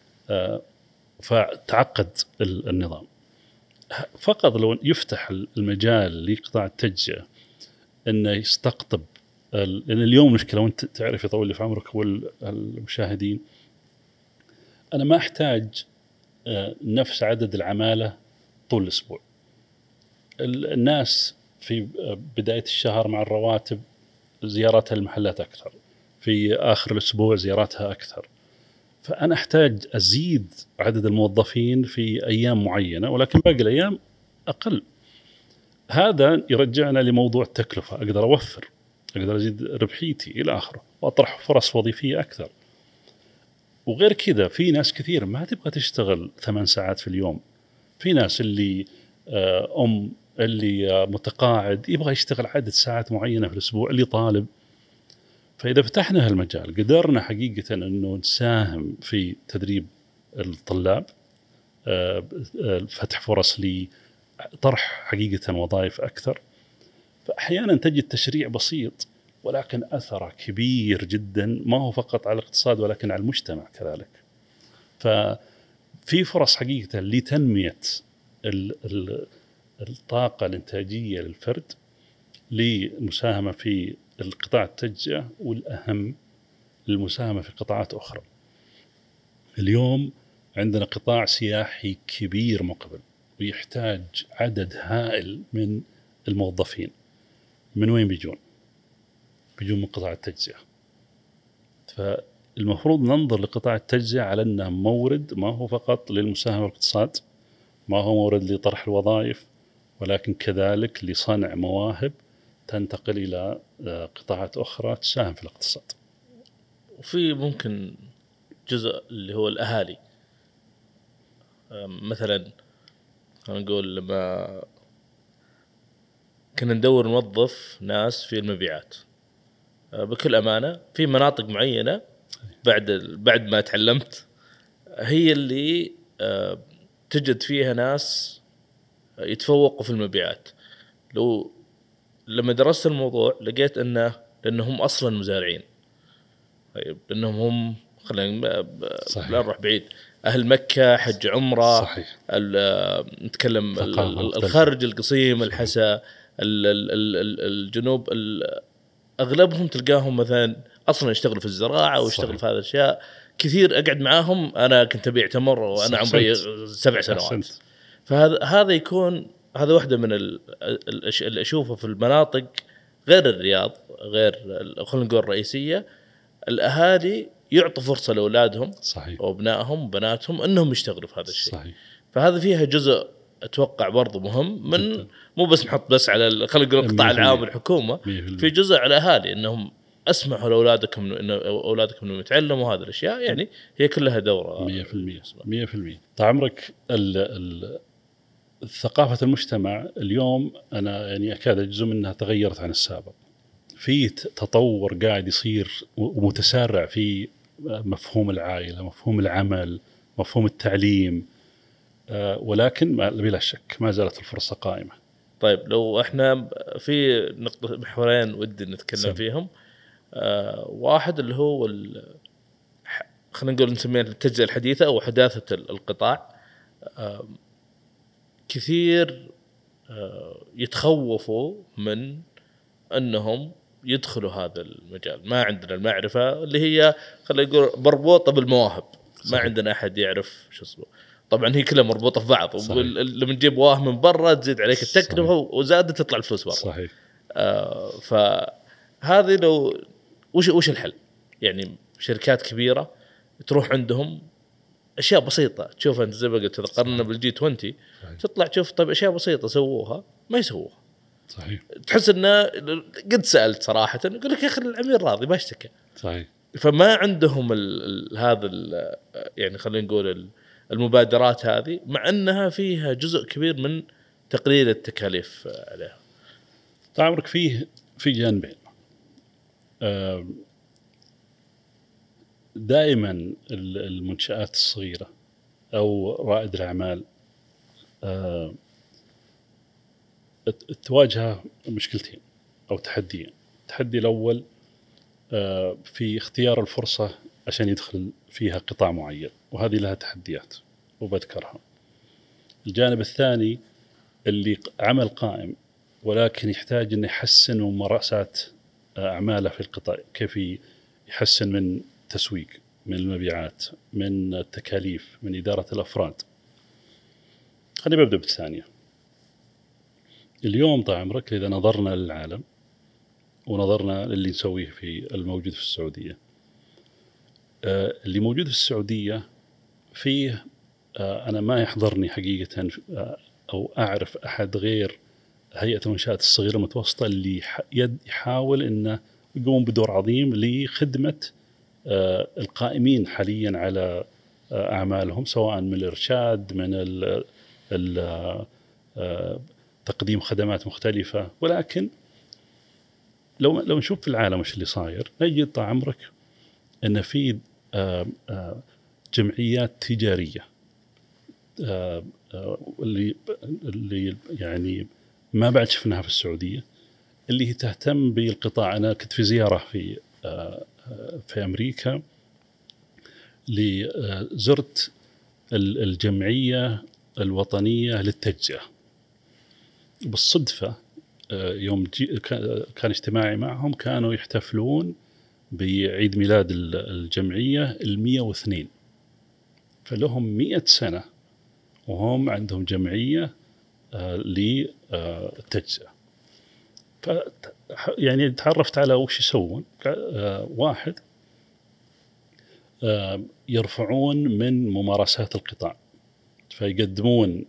فتعقد النظام. فقط لو يفتح المجال لقطاع التجزئة أنه يستقطب، لأن اليوم مشكلة وأنت تعرف يطول لي في عمرك والمشاهدين، أنا ما أحتاج نفس عدد العمالة طول الأسبوع. الناس في بداية الشهر مع الرواتب زياراتها المحلات أكثر، في آخر الأسبوع زياراتها أكثر، فأنا أحتاج أزيد عدد الموظفين في أيام معينة ولكن باقي الأيام أقل. هذا يرجعنا لموضوع التكلفة، أقدر أوفر، أقدر أزيد ربحيتي إلى آخره، وأطرح فرص وظيفية أكثر. وغير كذا في ناس كثير ما تبغى تشتغل ثمان ساعات في اليوم، في ناس اللي أم اللي متقاعد يبغى يشتغل عدد ساعات معينة في الأسبوع، اللي طالب. فإذا فتحنا هالمجال قدرنا حقيقة أنه نساهم في تدريب الطلاب، فتح فرص لطرح حقيقة وظائف أكثر. فأحيانا تجد تشريع بسيط ولكن أثره كبير جدا، ما هو فقط على الاقتصاد ولكن على المجتمع كذلك. ففي فرص حقيقة لتنمية الطاقة الإنتاجية للفرد للمساهمة في القطاع التجزئة، والأهم للمساهمة في قطاعات أخرى. اليوم عندنا قطاع سياحي كبير مقبل ويحتاج عدد هائل من الموظفين. من وين بيجون؟ بيجون من قطاع التجزئة. فالمفروض ننظر لقطاع التجزئة على أنه مورد، ما هو فقط للمساهمة في الاقتصاد، ما هو مورد لطرح الوظائف، ولكن كذلك لصنع مواهب تنتقل إلى قطاعات أخرى تساهم في الاقتصاد. وفي ممكن جزء اللي هو الأهالي، مثلا نقول لما كنا ندور موظف ناس في المبيعات، بكل أمانة في مناطق معينة بعد بعد ما تعلمت هي اللي تجد فيها ناس يتفوقوا في المبيعات. لو لما درست الموضوع لقيت أنه لأنهم أصلا مزارعين، طيب لأنهم هم خلينا لا نروح بعيد، أهل مكة حج عمرة، صحيح. نتكلم الخارج القصيم الحسا الجنوب، أغلبهم تلقاهم مثلا أصلا يشتغلوا في الزراعة ويشتغلوا في هذا الأشياء كثير. أقعد معاهم، أنا كنت أبيع تمر وأنا عمري سبع سنوات. فهذا هذا يكون هذا واحدة من اللي أشوفه في المناطق غير الرياض، غير خلينا نقول الرئيسية. الأهالي يعطوا فرصة لأولادهم وأبنائهم وبناتهم أنهم يشتغلوا في هذا الشيء. صحيح. فهذا فيها جزء أتوقع برضو مهم، من جدا. مو بس نحط بس على خلينا نقول القطاع العام والحكومة، في جزء على الأهالي أنهم أسمحوا لأولادكم إنه أولادكم إنهم يتعلموا هذه الأشياء. يعني هي كلها دورة مية في المية مية في المية. طال عمرك ثقافة المجتمع اليوم أنا يعني أكاد أجزم أنها تغيرت عن السابق. في تطور قاعد يصير ومتسارع في مفهوم العائلة، مفهوم العمل، مفهوم التعليم، ولكن بلا شك ما زالت الفرصة قائمة. طيب لو احنا في نقطة محورين ودي نتكلم سم. فيهم. آه واحد اللي هو خلينا نقول نسميه التجزئة الحديثة أو حداثة القطاع. آه كثير آه يتخوفوا من أنهم يدخلوا هذا المجال، ما عندنا المعرفة اللي هي خلينا نقول بربوطة بالمواهب. صحيح. ما عندنا أحد يعرف شو اسمه. طبعا هي كلها مربوطه في بعض، لما تجيب واه من برا تزيد عليك التكلفه وزادت تطلع الفلوس برا. صحيح. آه فهذه لو وش وش الحل؟ يعني شركات كبيره تروح عندهم اشياء بسيطه، تشوف انت زي ما قلت اذا قارنا بالجي عشرين تطلع تشوف طيب اشياء بسيطه سووها ما يسووها. صحيح. تحس انه قد سالت صراحه يقول لك يا اخي العميل راضي ما اشتكى. صحيح. فما عندهم ال ال هذا ال يعني خلينا نقول المبادرات هذه، مع انها فيها جزء كبير من تقليل التكاليف عليها. تعرف فيه في جانبين. دائما المنشآت الصغيرة أو رائد الأعمال تواجه مشكلتين أو تحديين. التحدي الأول في اختيار الفرصة عشان يدخل فيها قطاع معين، وهذه لها تحديات وبذكرها. الجانب الثاني اللي عمل قائم ولكن يحتاج أن يحسن ممارسات أعماله في القطاع، كيف يحسن من تسويق، من المبيعات، من التكاليف، من إدارة الأفراد. خلينا نبدأ بالثانية. اليوم طال عمرك إذا نظرنا للعالم ونظرنا للي نسويه في الموجود في السعودية، آه اللي موجود في السعودية فيه آه أنا ما يحضرني حقيقة آه أو أعرف أحد غير هيئة المنشآت الصغيرة المتوسطة اللي يحاول أنه يقوم بدور عظيم لخدمة آه القائمين حاليا على آه أعمالهم، سواء من الإرشاد، من ال ال آه تقديم خدمات مختلفة. ولكن لو لو نشوف في العالم وش اللي صاير، نجد طال عمرك أن في آه آه جمعيات تجارية آه آه اللي اللي يعني ما بعد شفناها في السعودية، اللي تهتم بالقطاع. أنا كنت في زيارة في آه في أمريكا، لزرت الجمعية الوطنية للتجزئة بالصدفة. يوم كان اجتماعي معهم كانوا يحتفلون بعيد ميلاد الجمعية المية واثنين، فلهم مئة سنة وهم عندهم جمعية للتجزئة. ف يعني تعرفت على وش يسوون. واحد، يرفعون من ممارسات القطاع، فيقدمون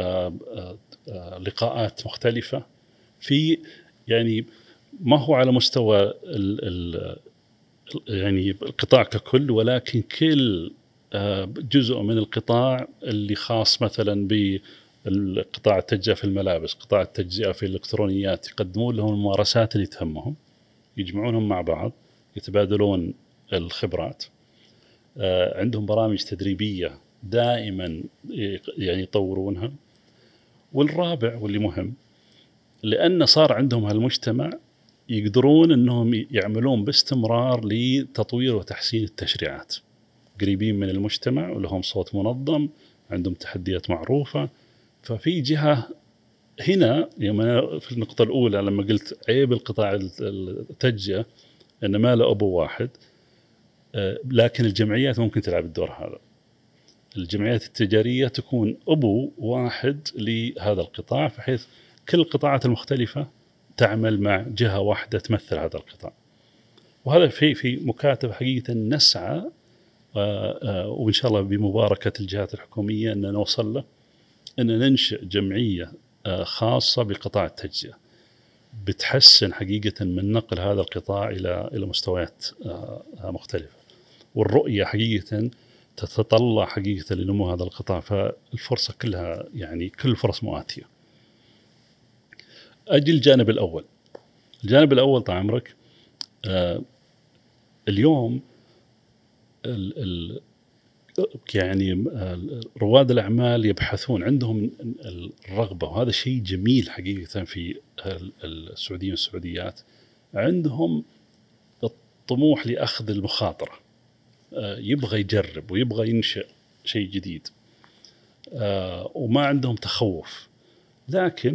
لقاءات مختلفة في يعني ما هو على مستوى ال ال يعني القطاع ككل، ولكن كل جزء من القطاع اللي خاص مثلا بالقطاع التجزئة في الملابس، قطاع التجزئة في الإلكترونيات، يقدمون لهم الممارسات اللي تهمهم، يجمعونهم مع بعض، يتبادلون الخبرات. عندهم برامج تدريبية دائما يعني يطورونها. والرابع واللي مهم، لأن صار عندهم هالمجتمع يقدرون أنهم يعملون باستمرار لتطوير وتحسين التشريعات، قريبين من المجتمع ولهم صوت منظم، عندهم تحديات معروفة. ففي جهة هنا يعني في النقطة الأولى لما قلت عيب القطاع التجزئة أنه ما له أبو واحد، لكن الجمعيات ممكن تلعب الدور هذا. الجمعيات التجارية تكون أبو واحد لهذا القطاع، بحيث كل القطاعات المختلفة تعمل مع جهة واحدة تمثل هذا القطاع. وهذا في في مكاتب حقيقة نسعى وإن شاء الله بمباركة الجهات الحكومية أن نوصل له، أن ننشئ جمعية خاصة بقطاع التجزئة بتحسن حقيقة من نقل هذا القطاع إلى إلى مستويات مختلفة. والرؤية حقيقة تتطلع حقيقة لنمو هذا القطاع، فالفرصة كلها يعني كل الفرص مؤاتية. أجي الجانب الأول. الجانب الأول طال عمرك آه اليوم ال ال يعني رواد الأعمال يبحثون، عندهم الرغبة، وهذا شيء جميل حقيقة في السعوديين والسعوديات، عندهم الطموح لأخذ المخاطرة، يبغى يجرب ويبغى ينشئ شيء جديد، وما عندهم تخوف. لكن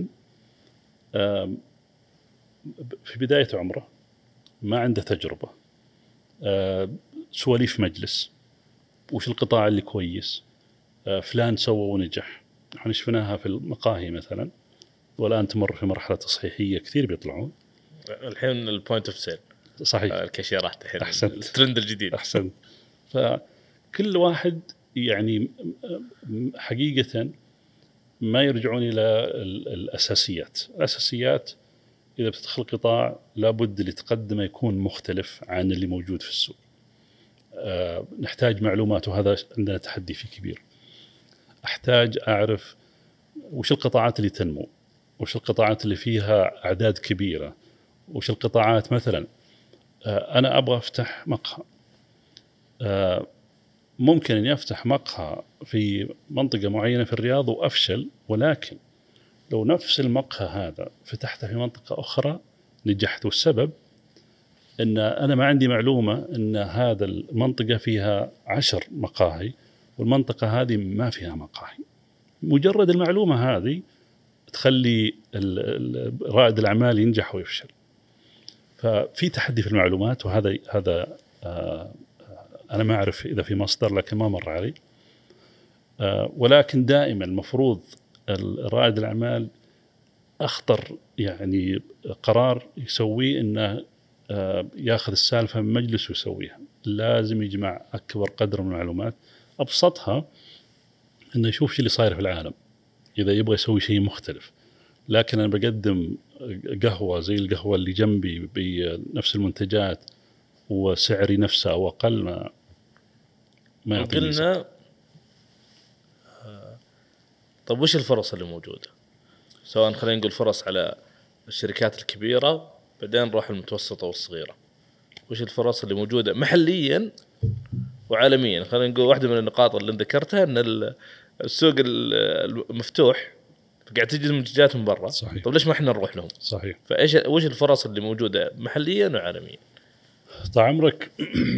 في بداية عمره ما عنده تجربة، سواليف مجلس، وش القطاع اللي كويس، فلان سوى ونجح. احنا شفناها في المقاهي مثلا، والآن تمر في مرحلة تصحيحية، كثير بيطلعون الحين البوينت اوف سيل، صحيح الكاشيرات الحين أحسنت. الترند الجديد. أحسن. فكل واحد يعني حقيقة ما يرجعون إلى الأساسيات. الأساسيات إذا بتدخل قطاع لابد اللي تقدمه يكون مختلف عن اللي موجود في السوق. أه نحتاج معلومات، وهذا عندنا تحدي فيه كبير. أحتاج أعرف وش القطاعات اللي تنمو، وش القطاعات اللي فيها أعداد كبيرة، وش القطاعات مثلا أه أنا أبغى أفتح مقهى، أه ممكن أن يفتح مقهى في منطقة معينة في الرياض وأفشل، ولكن لو نفس المقهى هذا فتحته في منطقة أخرى نجحت. والسبب أن أنا ما عندي معلومة أن هذا المنطقة فيها عشر مقاهي والمنطقة هذه ما فيها مقاهي. مجرد المعلومة هذه تخلي رائد الأعمال ينجح ويفشل. ففي تحدي في المعلومات، وهذا هذا آه أنا ما أعرف إذا في مصدر، لكن ما مر علي. آه ولكن دائما المفروض رائد الأعمال أخطر يعني قرار يسويه إنه آه ياخذ السالفة من مجلس ويسويها. لازم يجمع أكبر قدر من المعلومات، أبسطها إنه يشوف شو اللي صاير في العالم إذا يبغى يسوي شيء مختلف. لكن أنا بقدم قهوة زي القهوة اللي جنبي بنفس المنتجات وسعري نفسه أو أقل، ما ما قلنا. طب وش الفرص اللي موجودة؟ سواء خلينا نقول فرص على الشركات الكبيرة، بعدين نروح المتوسطة والصغيرة. وش الفرص اللي موجودة محليا وعالميا؟ خلينا نقول واحدة من النقاط اللي ذكرتها أن السوق المفتوح قاعد تجي المنتجات من برا. صحيح. طب ليش ما احنا نروح لهم؟ صحيح. فايش وش الفرص اللي موجودة محليا وعالميا؟ طال عمرك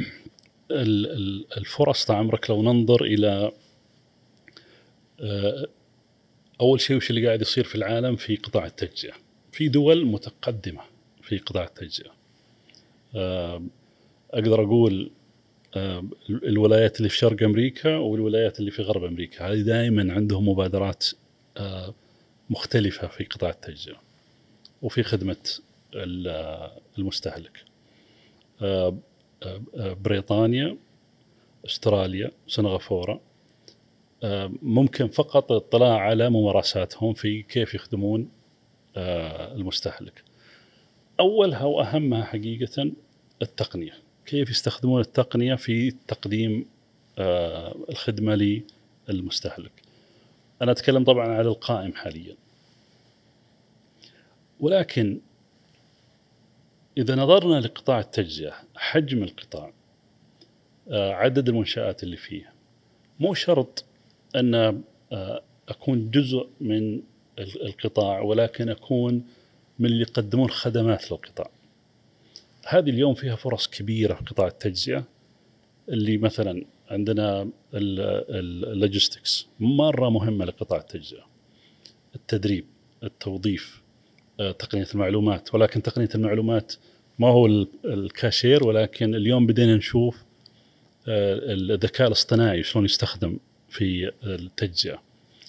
الفرص طال عمرك لو ننظر إلى أول شيء وش اللي قاعد يصير في العالم في قطاع التجزئة. في دول متقدمة في قطاع التجزئة، أقدر أقول الولايات اللي في شرق أمريكا والولايات اللي في غرب أمريكا، هذه دائما عندهم مبادرات مختلفة في قطاع التجزئة وفي خدمة المستهلك. بريطانيا، استراليا، سنغافورة، ممكن فقط الاطلاع على ممارساتهم في كيف يخدمون المستهلك. أولها وأهمها حقيقة التقنية، كيف يستخدمون التقنية في تقديم الخدمة للمستهلك. أنا أتكلم طبعا على القائم حاليا، ولكن إذا نظرنا لقطاع التجزئة، حجم القطاع، عدد المنشآت اللي فيه، مو شرط أن أكون جزء من القطاع، ولكن أكون من اللي يقدمون خدمات للقطاع. هذه اليوم فيها فرص كبيرة في قطاع التجزئة، اللي مثلا عندنا اللوجستكس مرة مهمة لقطاع التجزئة، التدريب، التوظيف، تقنية المعلومات. ولكن تقنية المعلومات ما هو الكاشير، ولكن اليوم بدينا نشوف الذكاء الاصطناعي شلون يستخدم في التجزئة.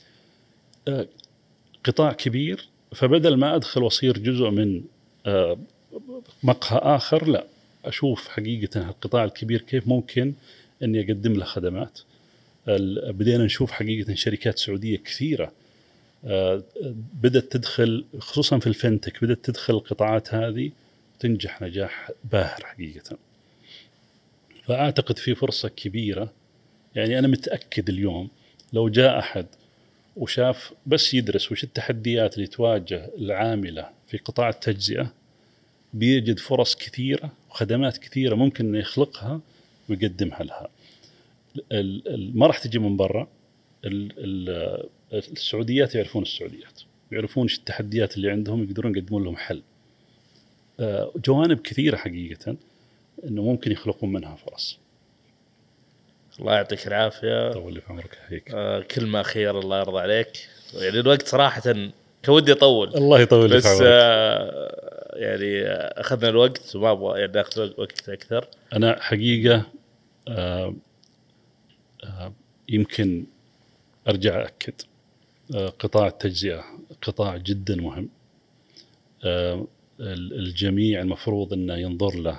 قطاع كبير، فبدل ما أدخل وأصير جزء من مقهى آخر، لا، أشوف حقيقة القطاع الكبير كيف ممكن أني أقدم له خدمات. بدينا نشوف حقيقة شركات سعودية كثيرة بدأت تدخل، خصوصا في الفنتك، بدأت تدخل القطاعات هذه تنجح نجاح باهر حقيقة. فأعتقد في فرصة كبيرة. يعني أنا متأكد اليوم لو جاء أحد وشاف بس يدرس وش التحديات اللي تواجه العاملة في قطاع التجزئة، بيجد فرص كثيرة وخدمات كثيرة ممكن أن يخلقها ويقدمها لها. ما راح تجي من برا. السعوديات يعرفون السعوديات، يعرفون ايش التحديات اللي عندهم، يقدرون يقدمون لهم حل. جوانب كثيرة حقيقة إنه ممكن يخلقون منها فرص. الله يعطيك العافية. طول لي في عمرك. هيك آه كلمة أخيرة، الله يرضى عليك. يعني الوقت صراحة كودي يطول. الله يطول لي في عمرك. بس آه يعني أخذنا الوقت وما أبغى يعني ناخذ وقت أكثر. أنا حقيقة آه آه يمكن أرجع أكد قطاع التجزئة قطاع جدا مهم. الجميع المفروض أنه ينظر له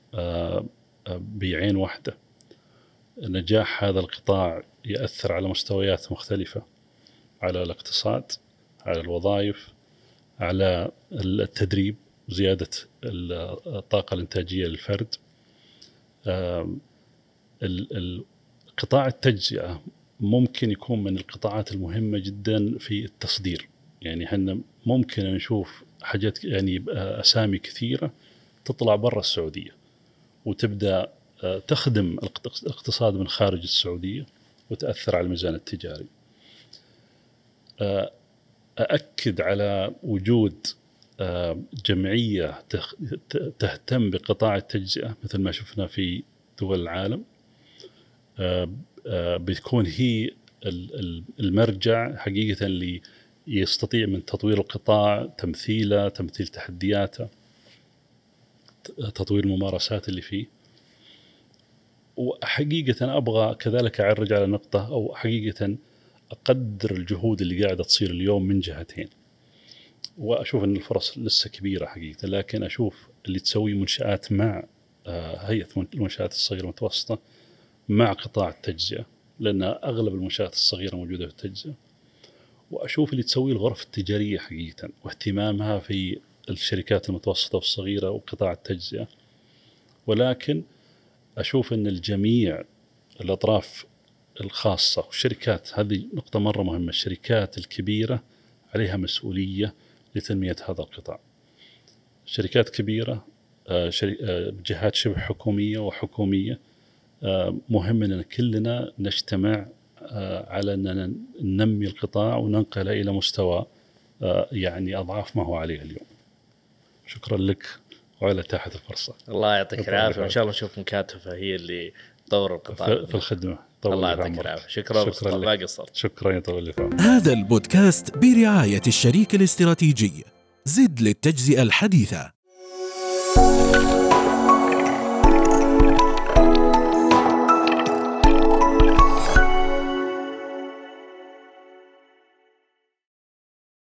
بعين واحدة. نجاح هذا القطاع يأثر على مستويات مختلفة، على الاقتصاد، على الوظائف، على التدريب، زيادة الطاقة الإنتاجية للفرد. قطاع التجزئة ممكن يكون من القطاعات المهمة جدا في التصدير. يعني احنا ممكن نشوف حاجات، يعني أسامي كثيرة تطلع برا السعودية وتبدأ تخدم الاقتصاد من خارج السعودية وتأثر على الميزان التجاري. أأكد على وجود جمعية تهتم بقطاع التجزئة مثل ما شفنا في دول العالم، بتكون هي المرجع حقيقة اللي يستطيع من تطوير القطاع، تمثيله، تمثيل تحدياته، تطوير الممارسات اللي فيه. وحقيقة أبغى كذلك أعرج على نقطة، أو حقيقة أقدر الجهود اللي قاعدة تصير اليوم من جهتين، وأشوف أن الفرص لسه كبيرة حقيقة، لكن أشوف اللي تسوي منشآت مع هيئة المنشآت الصغيرة والمتوسطة مع قطاع التجزئة، لأن أغلب المنشآت الصغيرة موجودة في التجزئة. وأشوف اللي تسوي الغرف التجارية حقيقة واهتمامها في الشركات المتوسطة والصغيرة وقطاع التجزئة. ولكن أشوف أن الجميع الأطراف الخاصة والشركات، هذه نقطة مرة مهمة، الشركات الكبيرة عليها مسؤولية لتنمية هذا القطاع. شركات كبيرة، جهات شبه حكومية وحكومية، مهم أن كلنا نجتمع على أن ننمي القطاع وننقله إلى مستوى يعني أضعاف ما هو عليه اليوم. شكرا لك وعلى إتاحة الفرصة. الله يعطيك العافية، وإن شاء الله نشوف مكاتفة هي اللي تطور القطاع في الخدمة. الله يعطيك العافية. شكرا شكرا ما قصرت. شكرا يا طويل العمر. هذا البودكاست برعاية الشريك الاستراتيجي زد للتجزئة الحديثة.